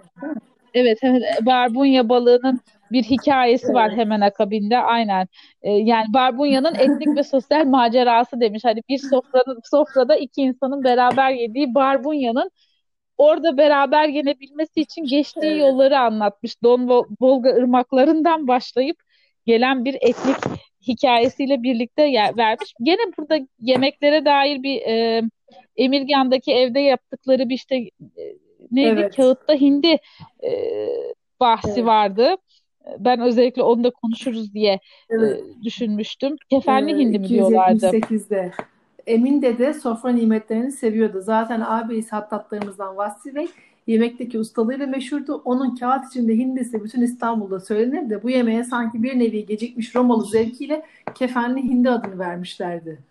Evet, evet. Barbunya balığının bir hikayesi var Evet. hemen akabinde. Aynen. Ee, yani Barbunya'nın etnik ve sosyal macerası demiş. Hani bir sofranın sofrada iki insanın beraber yediği Barbunya'nın orada beraber yenebilmesi için geçtiği Evet. yolları anlatmış. Don Vol- Volga ırmaklarından başlayıp gelen bir etnik hikayesiyle birlikte yer vermiş. Gene burada yemeklere dair bir e, Emirgan'daki evde yaptıkları bir işte e, neydi? Evet. Kağıtta hindi e, bahsi Evet. vardı. Ben özellikle onu da konuşuruz diye e, Evet. düşünmüştüm. Kefenli Ee, hindi mi diyorlardı? iki yüz yetmiş sekizde. Emin de sofra nimetlerini seviyordu. Zaten ağabeyi hattatlarımızdan Vasfi Bey yemekteki ustalığıyla meşhurdu. Onun kağıt içinde hindisi bütün İstanbul'da söylenir de bu yemeğe sanki bir nevi gecikmiş Romalı zevkiyle kefenli hindi adını vermişlerdi.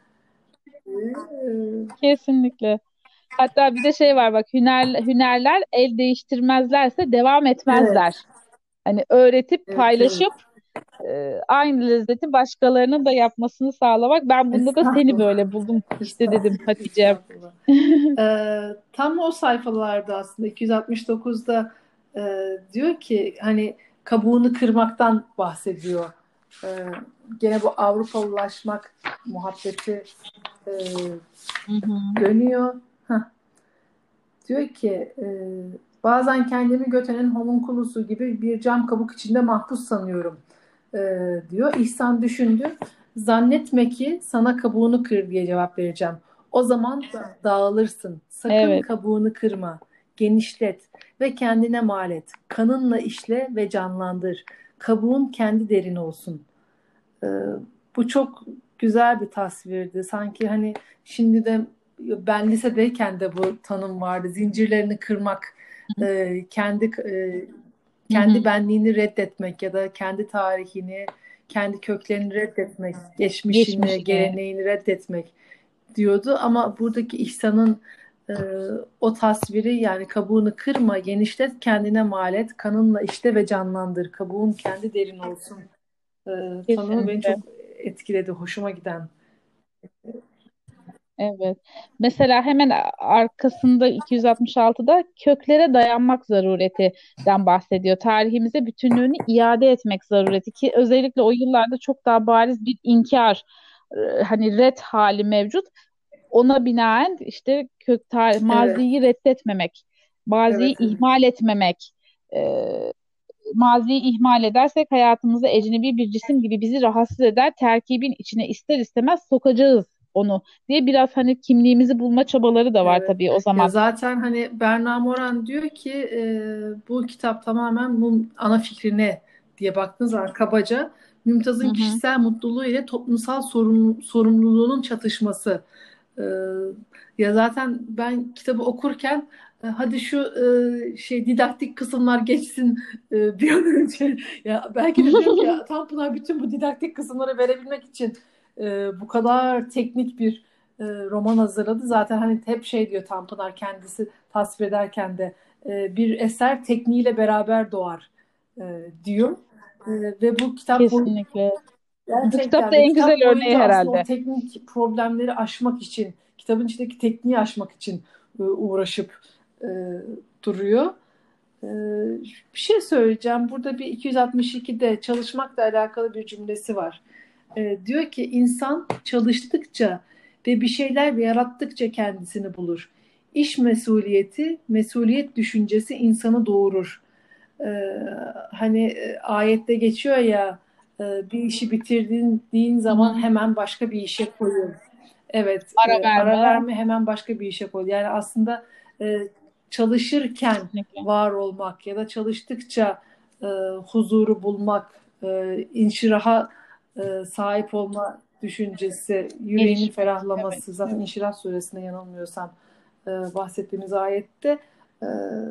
Ee, Kesinlikle. Hatta bir de şey var bak hüner, hünerler el değiştirmezlerse devam Evet, etmezler. Hani öğretip evet, evet. paylaşıp e, aynı lezzeti başkalarının da yapmasını sağlamak. Ben bunda da seni Estağfurullah. böyle buldum. İşte dedim Estağfurullah. Hatice'm. Estağfurullah. Ee, tam o sayfalarda aslında iki yüz altmış dokuzda e, diyor ki hani kabuğunu kırmaktan bahsediyor. Ee, gene bu Avrupalılaşmak muhabbeti e, Hı hı. dönüyor. Hah, diyor ki e, bazen kendimi Göte'nin homunkulusu gibi bir cam kabuk içinde mahpus sanıyorum e, diyor. İhsan düşündü. Zannetme ki sana kabuğunu kır diye cevap vereceğim. O zaman da dağılırsın. Sakın Evet. kabuğunu kırma. Genişlet ve kendine mal et. Kanınla işle ve canlandır. Kabuğun kendi derin olsun. E, bu çok güzel bir tasvirdi. Sanki hani şimdi de ben lisedeyken de bu tanım vardı. Zincirlerini kırmak, e, kendi e, Hı kendi hı. benliğini reddetmek ya da kendi tarihini, kendi köklerini reddetmek, geçmişini, Geçmişini. geleneğini reddetmek diyordu. Ama buradaki ihsanın e, o tasviri, yani kabuğunu kırma, genişlet, kendine mal et, kanınla işte ve canlandır. Kabuğun kendi derin olsun. E, tanımı beni Kesinlikle. çok etkiledi, hoşuma giden. Evet. Mesela hemen arkasında iki yüz altmış altıda köklere dayanmak zaruretinden bahsediyor. Tarihimize bütünlüğünü iade etmek zarureti ki özellikle o yıllarda çok daha bariz bir inkar, e, hani ret hali mevcut. Ona binaen işte kök tar- Evet, maziyi reddetmemek, maziyi evet, evet. ihmal etmemek. E, Maziyi ihmal edersek hayatımıza ecnebi bir cisim gibi bizi rahatsız eder, terkibin içine ister istemez sokacağız onu diye biraz hani kimliğimizi bulma çabaları da var Evet. tabii o Ya zaman. zaten hani Berna Moran diyor ki e, bu kitap tamamen mum, ana fikrine diye baktığınız zaman kabaca Hı Mümtaz'ın hı. kişisel mutluluğu ile toplumsal sorun, sorumluluğunun çatışması. E, Ya zaten ben kitabı okurken e, hadi şu e, şey didaktik kısımlar geçsin e, bir an önce. Ya belki de diyorum ki Tanpınar bütün bu didaktik kısımları verebilmek için e, bu kadar teknik bir e, roman hazırladı. Zaten hani hep şey diyor Tanpınar kendisi tasvir ederken de e, bir eser tekniğiyle beraber doğar e, diyor. E, ve bu kitap bu Kesinlikle. Bu kitap gerçekten da de en güzel kitap örneği boyunca aslında o herhalde. teknik problemleri aşmak için, kitabın içindeki tekniği aşmak için e, uğraşıp e, duruyor. E, Bir şey söyleyeceğim. Burada bir iki yüz altmış ikide çalışmakla alakalı bir cümlesi var. E, diyor ki insan çalıştıkça ve bir şeyler yarattıkça kendisini bulur. İş mesuliyeti, mesuliyet düşüncesi insanı doğurur. E, Hani e, ayette geçiyor ya, e, bir işi bitirdiğin Hı zaman hı. hemen başka bir işe koyuyor. Evet, Ara e, ara verme. verme, hemen başka bir işe koy. Yani aslında e, çalışırken Kesinlikle. var olmak ya da çalıştıkça e, huzuru bulmak, e, inşiraha e, sahip olma düşüncesi, yüreğinin Erişmek. Evet. ferahlaması. Zaten İnşirah suresinde yanılmıyorsam e, bahsettiğimiz ayette. E,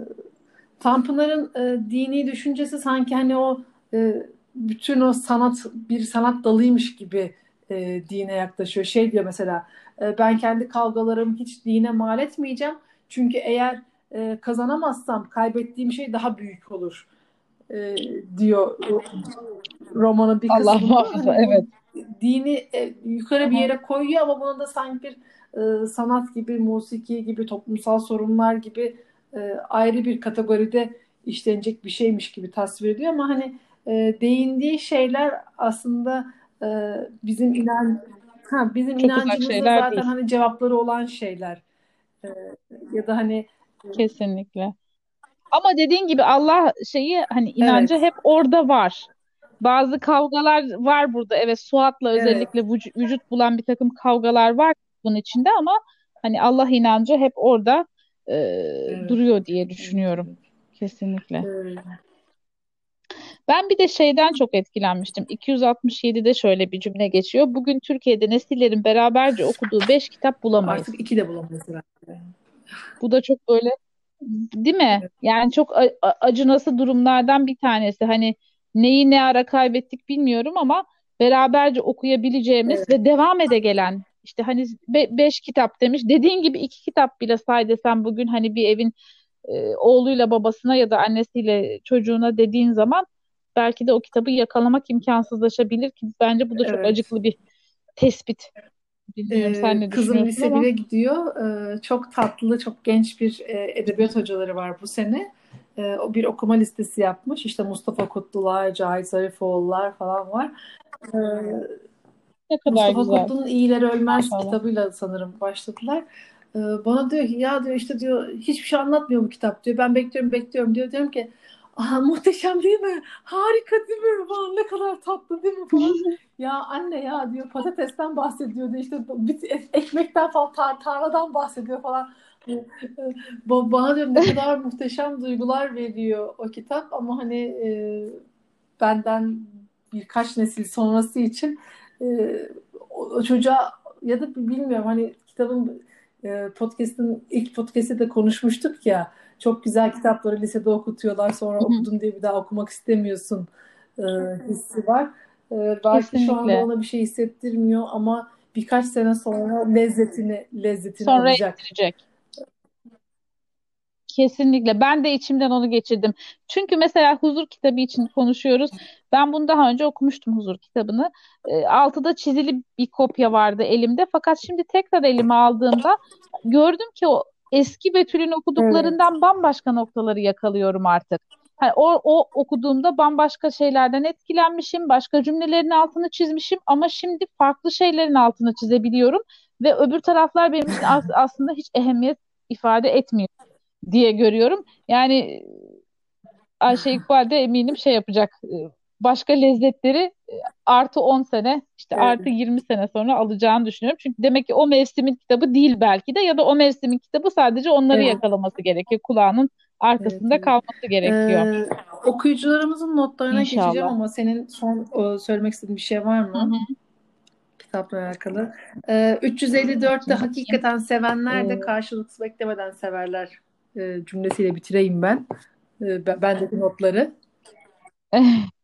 Tanpınar'ın e, dini düşüncesi sanki hani o e, bütün o sanat bir sanat dalıymış gibi e, dine yaklaşıyor. Şey diyor mesela, e, ben kendi kavgalarımı hiç dine mal etmeyeceğim. Çünkü eğer e, kazanamazsam kaybettiğim şey daha büyük olur e, diyor romanın bir Allah kısmında. muhafaza. Hani bu Evet. dini e, yukarı Hı bir hı. yere koyuyor ama bunu da sanki bir e, sanat gibi, musiki gibi, toplumsal sorunlar gibi e, ayrı bir kategoride işlenecek bir şeymiş gibi tasvir ediyor ama hani e, değindiği şeyler aslında e, bizim inan ha, bizim Çok uzak inancımızda şeyler zaten değil. hani cevapları olan şeyler. E, Ya da hani Kesinlikle. Ama dediğin gibi Allah şeyi hani evet, inancı hep orada var. Bazı kavgalar var burada. Evet, Suat'la evet, özellikle vüc- vücut bulan bir takım kavgalar var bunun içinde ama hani Allah inancı hep orada e, evet, duruyor diye evet, düşünüyorum. evet. Kesinlikle. E, Ben bir de şeyden çok etkilenmiştim. iki yüz altmış yedide şöyle bir cümle geçiyor. Bugün Türkiye'de nesillerin beraberce okuduğu beş kitap Artık bulamayız. iki de bulamayız herhalde. Bu da çok böyle, değil mi? Evet, Yani çok a- a- acınası durumlardan bir tanesi. Hani neyi ne ara kaybettik bilmiyorum ama beraberce okuyabileceğimiz evet, ve devam ede gelen işte hani be- beş kitap demiş. Dediğin gibi iki kitap bile say desem bugün hani bir evin e, oğluyla babasına ya da annesiyle çocuğuna dediğin zaman belki de o kitabı yakalamak imkansızlaşabilir ki bence bu da çok evet. acıklı bir tespit. Bilmiyorum sen Ee, ne kızım düşünüyorsun lise ama bire gidiyor. Ee, çok tatlı, çok genç bir e, edebiyat hocaları var bu sene. Ee, o bir okuma listesi yapmış. İşte Mustafa Kutlular, Cahit Zarifoğullar falan var. Ee, ne kadar Mustafa güzel. Kutlu'nun İyiler Ölmez Maşallah. kitabıyla sanırım başladılar. Ee, Bana diyor ki ya diyor işte diyor hiçbir şey anlatmıyor bu kitap diyor. Ben bekliyorum bekliyorum diyor. Diyorum ki aha, muhteşem değil mi? Harika değil mi? Falan, ne kadar tatlı değil mi falan. Ya anne ya diyor patatesten bahsediyordu işte bir ekmekten falan tar tarladan bahsediyor falan. Ba- Bana diyorum ne kadar muhteşem duygular veriyor o kitap ama hani e, benden birkaç nesil sonrası için e, o, o çocuğa ya da bilmiyorum hani kitabın e, podcast'ın ilk podcast'te de konuşmuştuk ya, çok güzel kitapları lisede okutuyorlar, sonra Hı hı. okudun diye bir daha okumak istemiyorsun e, hissi var. E, belki şu anda Kesinlikle. ona bir şey hissettirmiyor ama birkaç sene sonra lezzetini lezzetini Sonra alacak. ettirecek. Kesinlikle. Ben de içimden onu geçirdim. Çünkü mesela Huzur kitabı için konuşuyoruz. Ben bunu daha önce okumuştum, Huzur kitabını. E, altıda çizili bir kopya vardı elimde. Fakat şimdi tekrar elime aldığımda gördüm ki o eski Betül'ün Evet. okuduklarından bambaşka noktaları yakalıyorum artık. Hani o, o okuduğumda bambaşka şeylerden etkilenmişim, başka cümlelerin altını çizmişim ama şimdi farklı şeylerin altını çizebiliyorum ve öbür taraflar benim için as- aslında hiç ehemmiyet ifade etmiyor diye görüyorum. Yani Ayşe İkbal de eminim şey yapacak. e, Başka lezzetleri e, artı on sene, işte artı Evet. yirmi sene sonra alacağını düşünüyorum. Çünkü demek ki o mevsimin kitabı değil belki de, ya da o mevsimin kitabı sadece onları Evet. yakalaması gerekiyor. Kulağının Evet, arkasında evet. kalması gerekiyor. Ee, okuyucularımızın notlarına geçeceğim İnşallah. ama senin son e, söylemek istediğin bir şey var Hı mı hı. kitapla alakalı? Ee, üç yüz elli dörtte Bakayım bakayım. hakikaten sevenler de karşılıksız beklemeden severler e, cümlesiyle bitireyim ben. Ee, ben, ben de bu notları. Ee,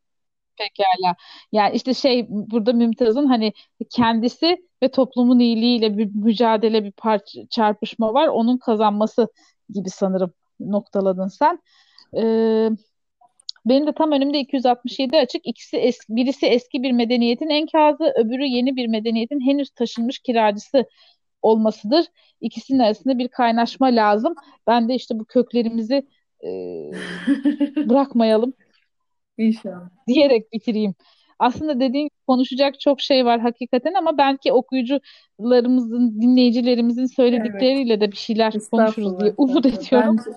Pekala. Yani işte şey, burada Mümtaz'ın hani kendisi ve toplumun iyiliğiyle bir mücadele, bir parça, çarpışma var. Onun kazanması gibi sanırım noktaladın sen. Ee, Benim de tam önümde iki yüz altmış yedi açık. İkisi eski, birisi eski bir medeniyetin enkazı, öbürü yeni bir medeniyetin henüz taşınmış kiracısı olmasıdır. İkisinin arasında bir kaynaşma lazım. Ben de işte bu köklerimizi e, bırakmayalım İnşallah. diyerek bitireyim. Aslında dediğim gibi konuşacak çok şey var hakikaten ama belki okuyucularımızın, dinleyicilerimizin Evet. söyledikleriyle de bir şeyler konuşuruz Estağfurullah, diye umut estağfurullah. ediyorum. Bence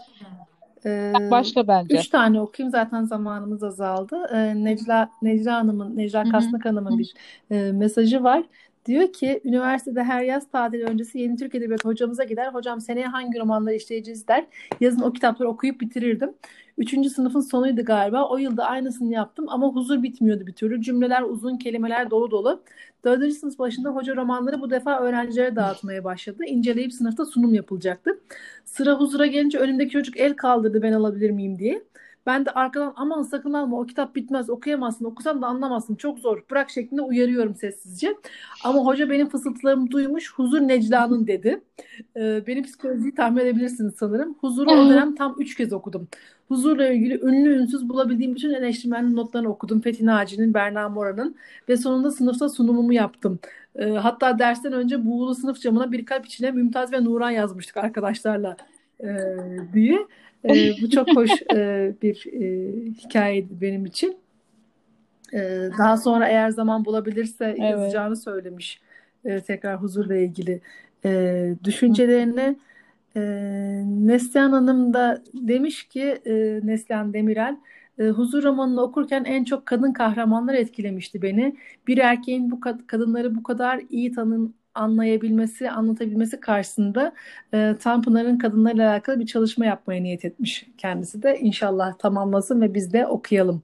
e, Başla bence. üç tane okuyayım, zaten zamanımız azaldı. E, Necla, Necla Hanım'ın, Necla Hı hı. Kasnak Hı Hanım'ın bir e, mesajı var. Diyor ki üniversitede her yaz tatili öncesi Yeni Türk Edebiyatı hocamıza gider. Hocam seneye hangi romanları işleyeceğiz der. Yazın o kitapları okuyup bitirirdim. Üçüncü sınıfın sonuydu galiba. O yılda aynısını yaptım ama huzur bitmiyordu bir türlü. Cümleler uzun, kelimeler dolu dolu. Dördüncü sınıf başında hoca romanları bu defa öğrencilere dağıtmaya başladı. İnceleyip sınıfta sunum yapılacaktı. Sıra huzura gelince önümdeki çocuk el kaldırdı ben alabilir miyim diye. Ben de arkadan aman sakın alma, o kitap bitmez, okuyamazsın, okusan da anlamazsın, çok zor, bırak şeklinde uyarıyorum sessizce. Ama hoca benim fısıltılarımı duymuş, huzur Necla'nın dedi. Ee, benim psikolojiyi tahmin edebilirsiniz sanırım. Huzur'u o hı. dönem tam üç kez okudum. Huzur'la ilgili ünlü ünsüz bulabildiğim bütün eleştirmenlerin notlarını okudum. Fethi Naci'nin, Berna Mora'nın ve sonunda sınıfta sunumumu yaptım. Ee, hatta dersten önce buğulu sınıf camına bir kalp içine Mümtaz ve Nuran yazmıştık arkadaşlarla e, diye. E, bu çok hoş e, bir e, hikayeydi benim için. E, daha sonra eğer zaman bulabilirse Evet. yazacağını söylemiş. E, tekrar huzurla ilgili e, düşüncelerini. E, Neslihan Hanım da demiş ki, e, Neslihan Demirel, e, Huzur romanını okurken en çok kadın kahramanlar etkilemişti beni. Bir erkeğin bu kad- kadınları bu kadar iyi tanın anlayabilmesi, anlatabilmesi karşısında e, Tanpınar'ın kadınlarla alakalı bir çalışma yapmaya niyet etmiş kendisi de. İnşallah tamamlasın ve biz de okuyalım.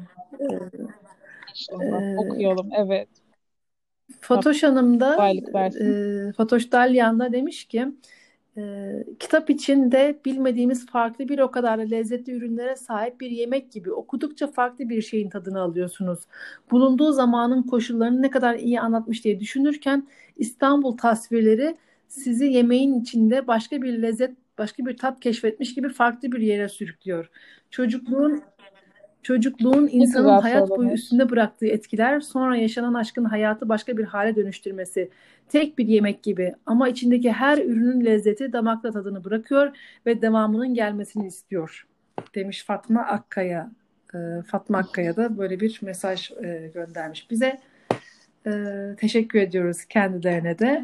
İnşallah. E, Okuyalım. Evet. Rabbim Fatoş Hanım da kolaylık versin. e, Fatoş Dalyan da demiş ki, e, kitap içinde bilmediğimiz farklı bir o kadar da lezzetli ürünlere sahip bir yemek gibi okudukça farklı bir şeyin tadını alıyorsunuz. Bulunduğu zamanın koşullarını ne kadar iyi anlatmış diye düşünürken İstanbul tasvirleri sizi yemeğin içinde başka bir lezzet, başka bir tat keşfetmiş gibi farklı bir yere sürüklüyor. Çocukluğun Çocukluğun Ne insanın güzel hayat boyu söylemiş. üstünde bıraktığı etkiler, sonra yaşanan aşkın hayatı başka bir hale dönüştürmesi. Tek bir yemek gibi ama içindeki her ürünün lezzeti damakta tadını bırakıyor ve devamının gelmesini istiyor, demiş Fatma Akkaya. Ee, Fatma Akkaya da böyle bir mesaj e, göndermiş bize. Ee, teşekkür ediyoruz kendilerine de.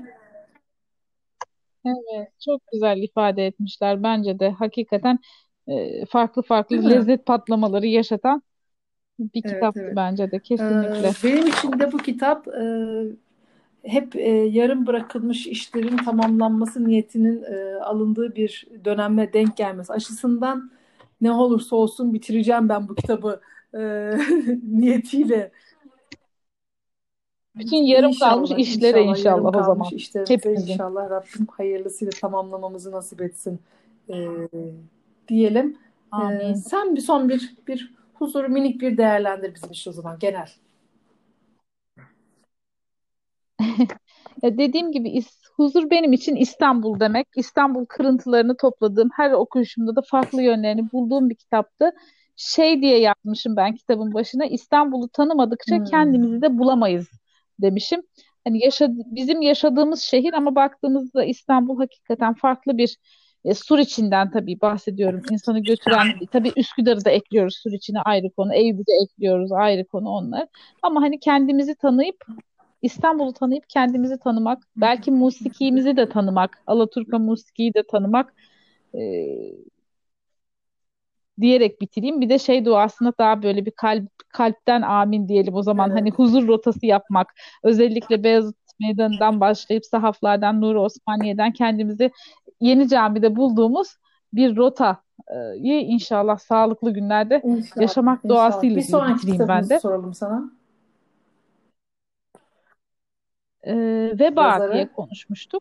Evet. Çok güzel ifade etmişler. Bence de hakikaten e, farklı Değil farklı mi? lezzet patlamaları yaşatan bir Evet, kitaptı evet. bence de, Ee, kesinlikle. benim için de bu kitap e, hep e, yarım bırakılmış işlerin tamamlanması niyetinin e, alındığı bir dönemle denk gelmesi açısından ne olursa olsun bitireceğim ben bu kitabı e, niyetiyle Bütün yarım kalmış İnşallah, işlere inşallah yarım inşallah o kalmış zaman. işlerimize Hepimizin. inşallah Rabbim hayırlısıyla tamamlamamızı nasip etsin ee, diyelim. Ee, Amin. sen bir son bir bir huzuru minik bir değerlendir bizim için o zaman genel. Ya dediğim gibi is- huzur benim için İstanbul demek. İstanbul kırıntılarını topladığım, her okuyuşumda da farklı yönlerini bulduğum bir kitaptı. Şey diye yazmışım ben kitabın başına, İstanbul'u tanımadıkça Hmm. kendimizi de bulamayız demişim. Hani yaşadı, bizim yaşadığımız şehir ama baktığımızda İstanbul hakikaten farklı bir e, sur içinden tabii bahsediyorum. İnsanı götüren, tabii Üsküdar'ı da ekliyoruz sur içine, ayrı konu. Eyüp'ü de ekliyoruz, ayrı konu onlar. Ama hani kendimizi tanıyıp İstanbul'u tanıyıp kendimizi tanımak, belki musikimizi de tanımak, Alaturka musikiyi de tanımak e, diyerek bitireyim. Bir de şey duasına daha böyle bir kalp, kalpten amin diyelim o zaman. Evet. Hani huzur rotası yapmak. Özellikle Beyazıt Meydanı'ndan başlayıp sahaflardan, Nuri Osmaniye'den kendimizi Yeni Cami'de bulduğumuz bir rotayı inşallah sağlıklı günlerde İnşallah, yaşamak inşallah. Bir duasıyla diye sonraki bitireyim ben kitabımızı de. soralım sana. E, Veba diye Yazarı. konuşmuştuk.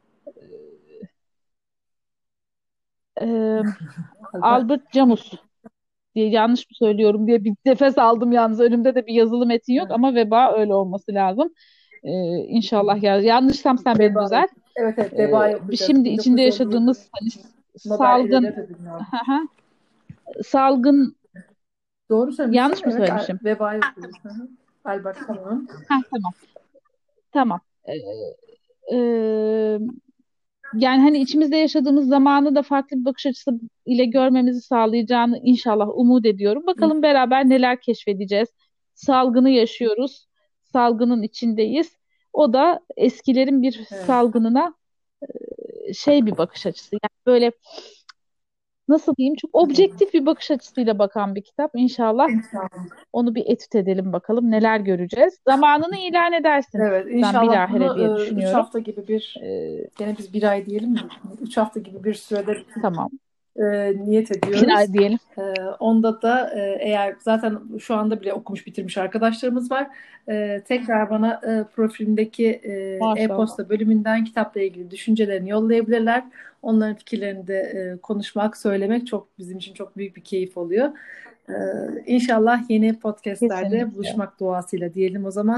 E, Albert. Albert Camus diye, yanlış mı söylüyorum diye bir nefes aldım yalnız. Önümde de bir yazılı metin yok Evet. ama Veba öyle olması lazım. Ee, inşallah ya, yanlışsam sen beni Veba'yı. düzelt. Evet, evet, Veba'yı Ee, okuyacağız. şimdi içinde bin dokuz yüz elli yedi yaşadığımız hani Nobel salgın, Edebiyat Ödülünü almış. salgın, Doğru söylemişsin. yanlış mı Evet, Al- söylemişim? Veba'yı okuyoruz. Hı hı. Albert Camus'un. Heh, tamam, tamam. Ee, e, Yani hani içimizde yaşadığımız zamanı da farklı bir bakış açısı ile görmemizi sağlayacağını inşallah umut ediyorum. Bakalım beraber neler keşfedeceğiz. Salgını yaşıyoruz. Salgının içindeyiz. O da eskilerin bir Evet. salgınına şey bir bakış açısı. Yani böyle nasıl diyeyim, çok objektif bir bakış açısıyla bakan bir kitap. İnşallah İnşallah. onu bir etüt edelim bakalım neler göreceğiz. Zamanını ilan edersin. Evet, Sen inşallah bilahare diye bunu e, üç düşünüyorum. hafta gibi bir, Ee, gene biz bir ay diyelim mi? Üç hafta gibi bir sürede tamam. e, niyet Bir ediyoruz. ay diyelim. E, onda da e, eğer zaten şu anda bile okumuş bitirmiş arkadaşlarımız var. E, tekrar bana e, profilimdeki e, Maşallah. e-posta bölümünden kitapla ilgili düşüncelerini yollayabilirler. Onların fikirlerini de e, konuşmak, söylemek çok bizim için çok büyük bir keyif oluyor. E, İnşallah yeni podcastlerde Kesinlikle. buluşmak duasıyla diyelim o zaman.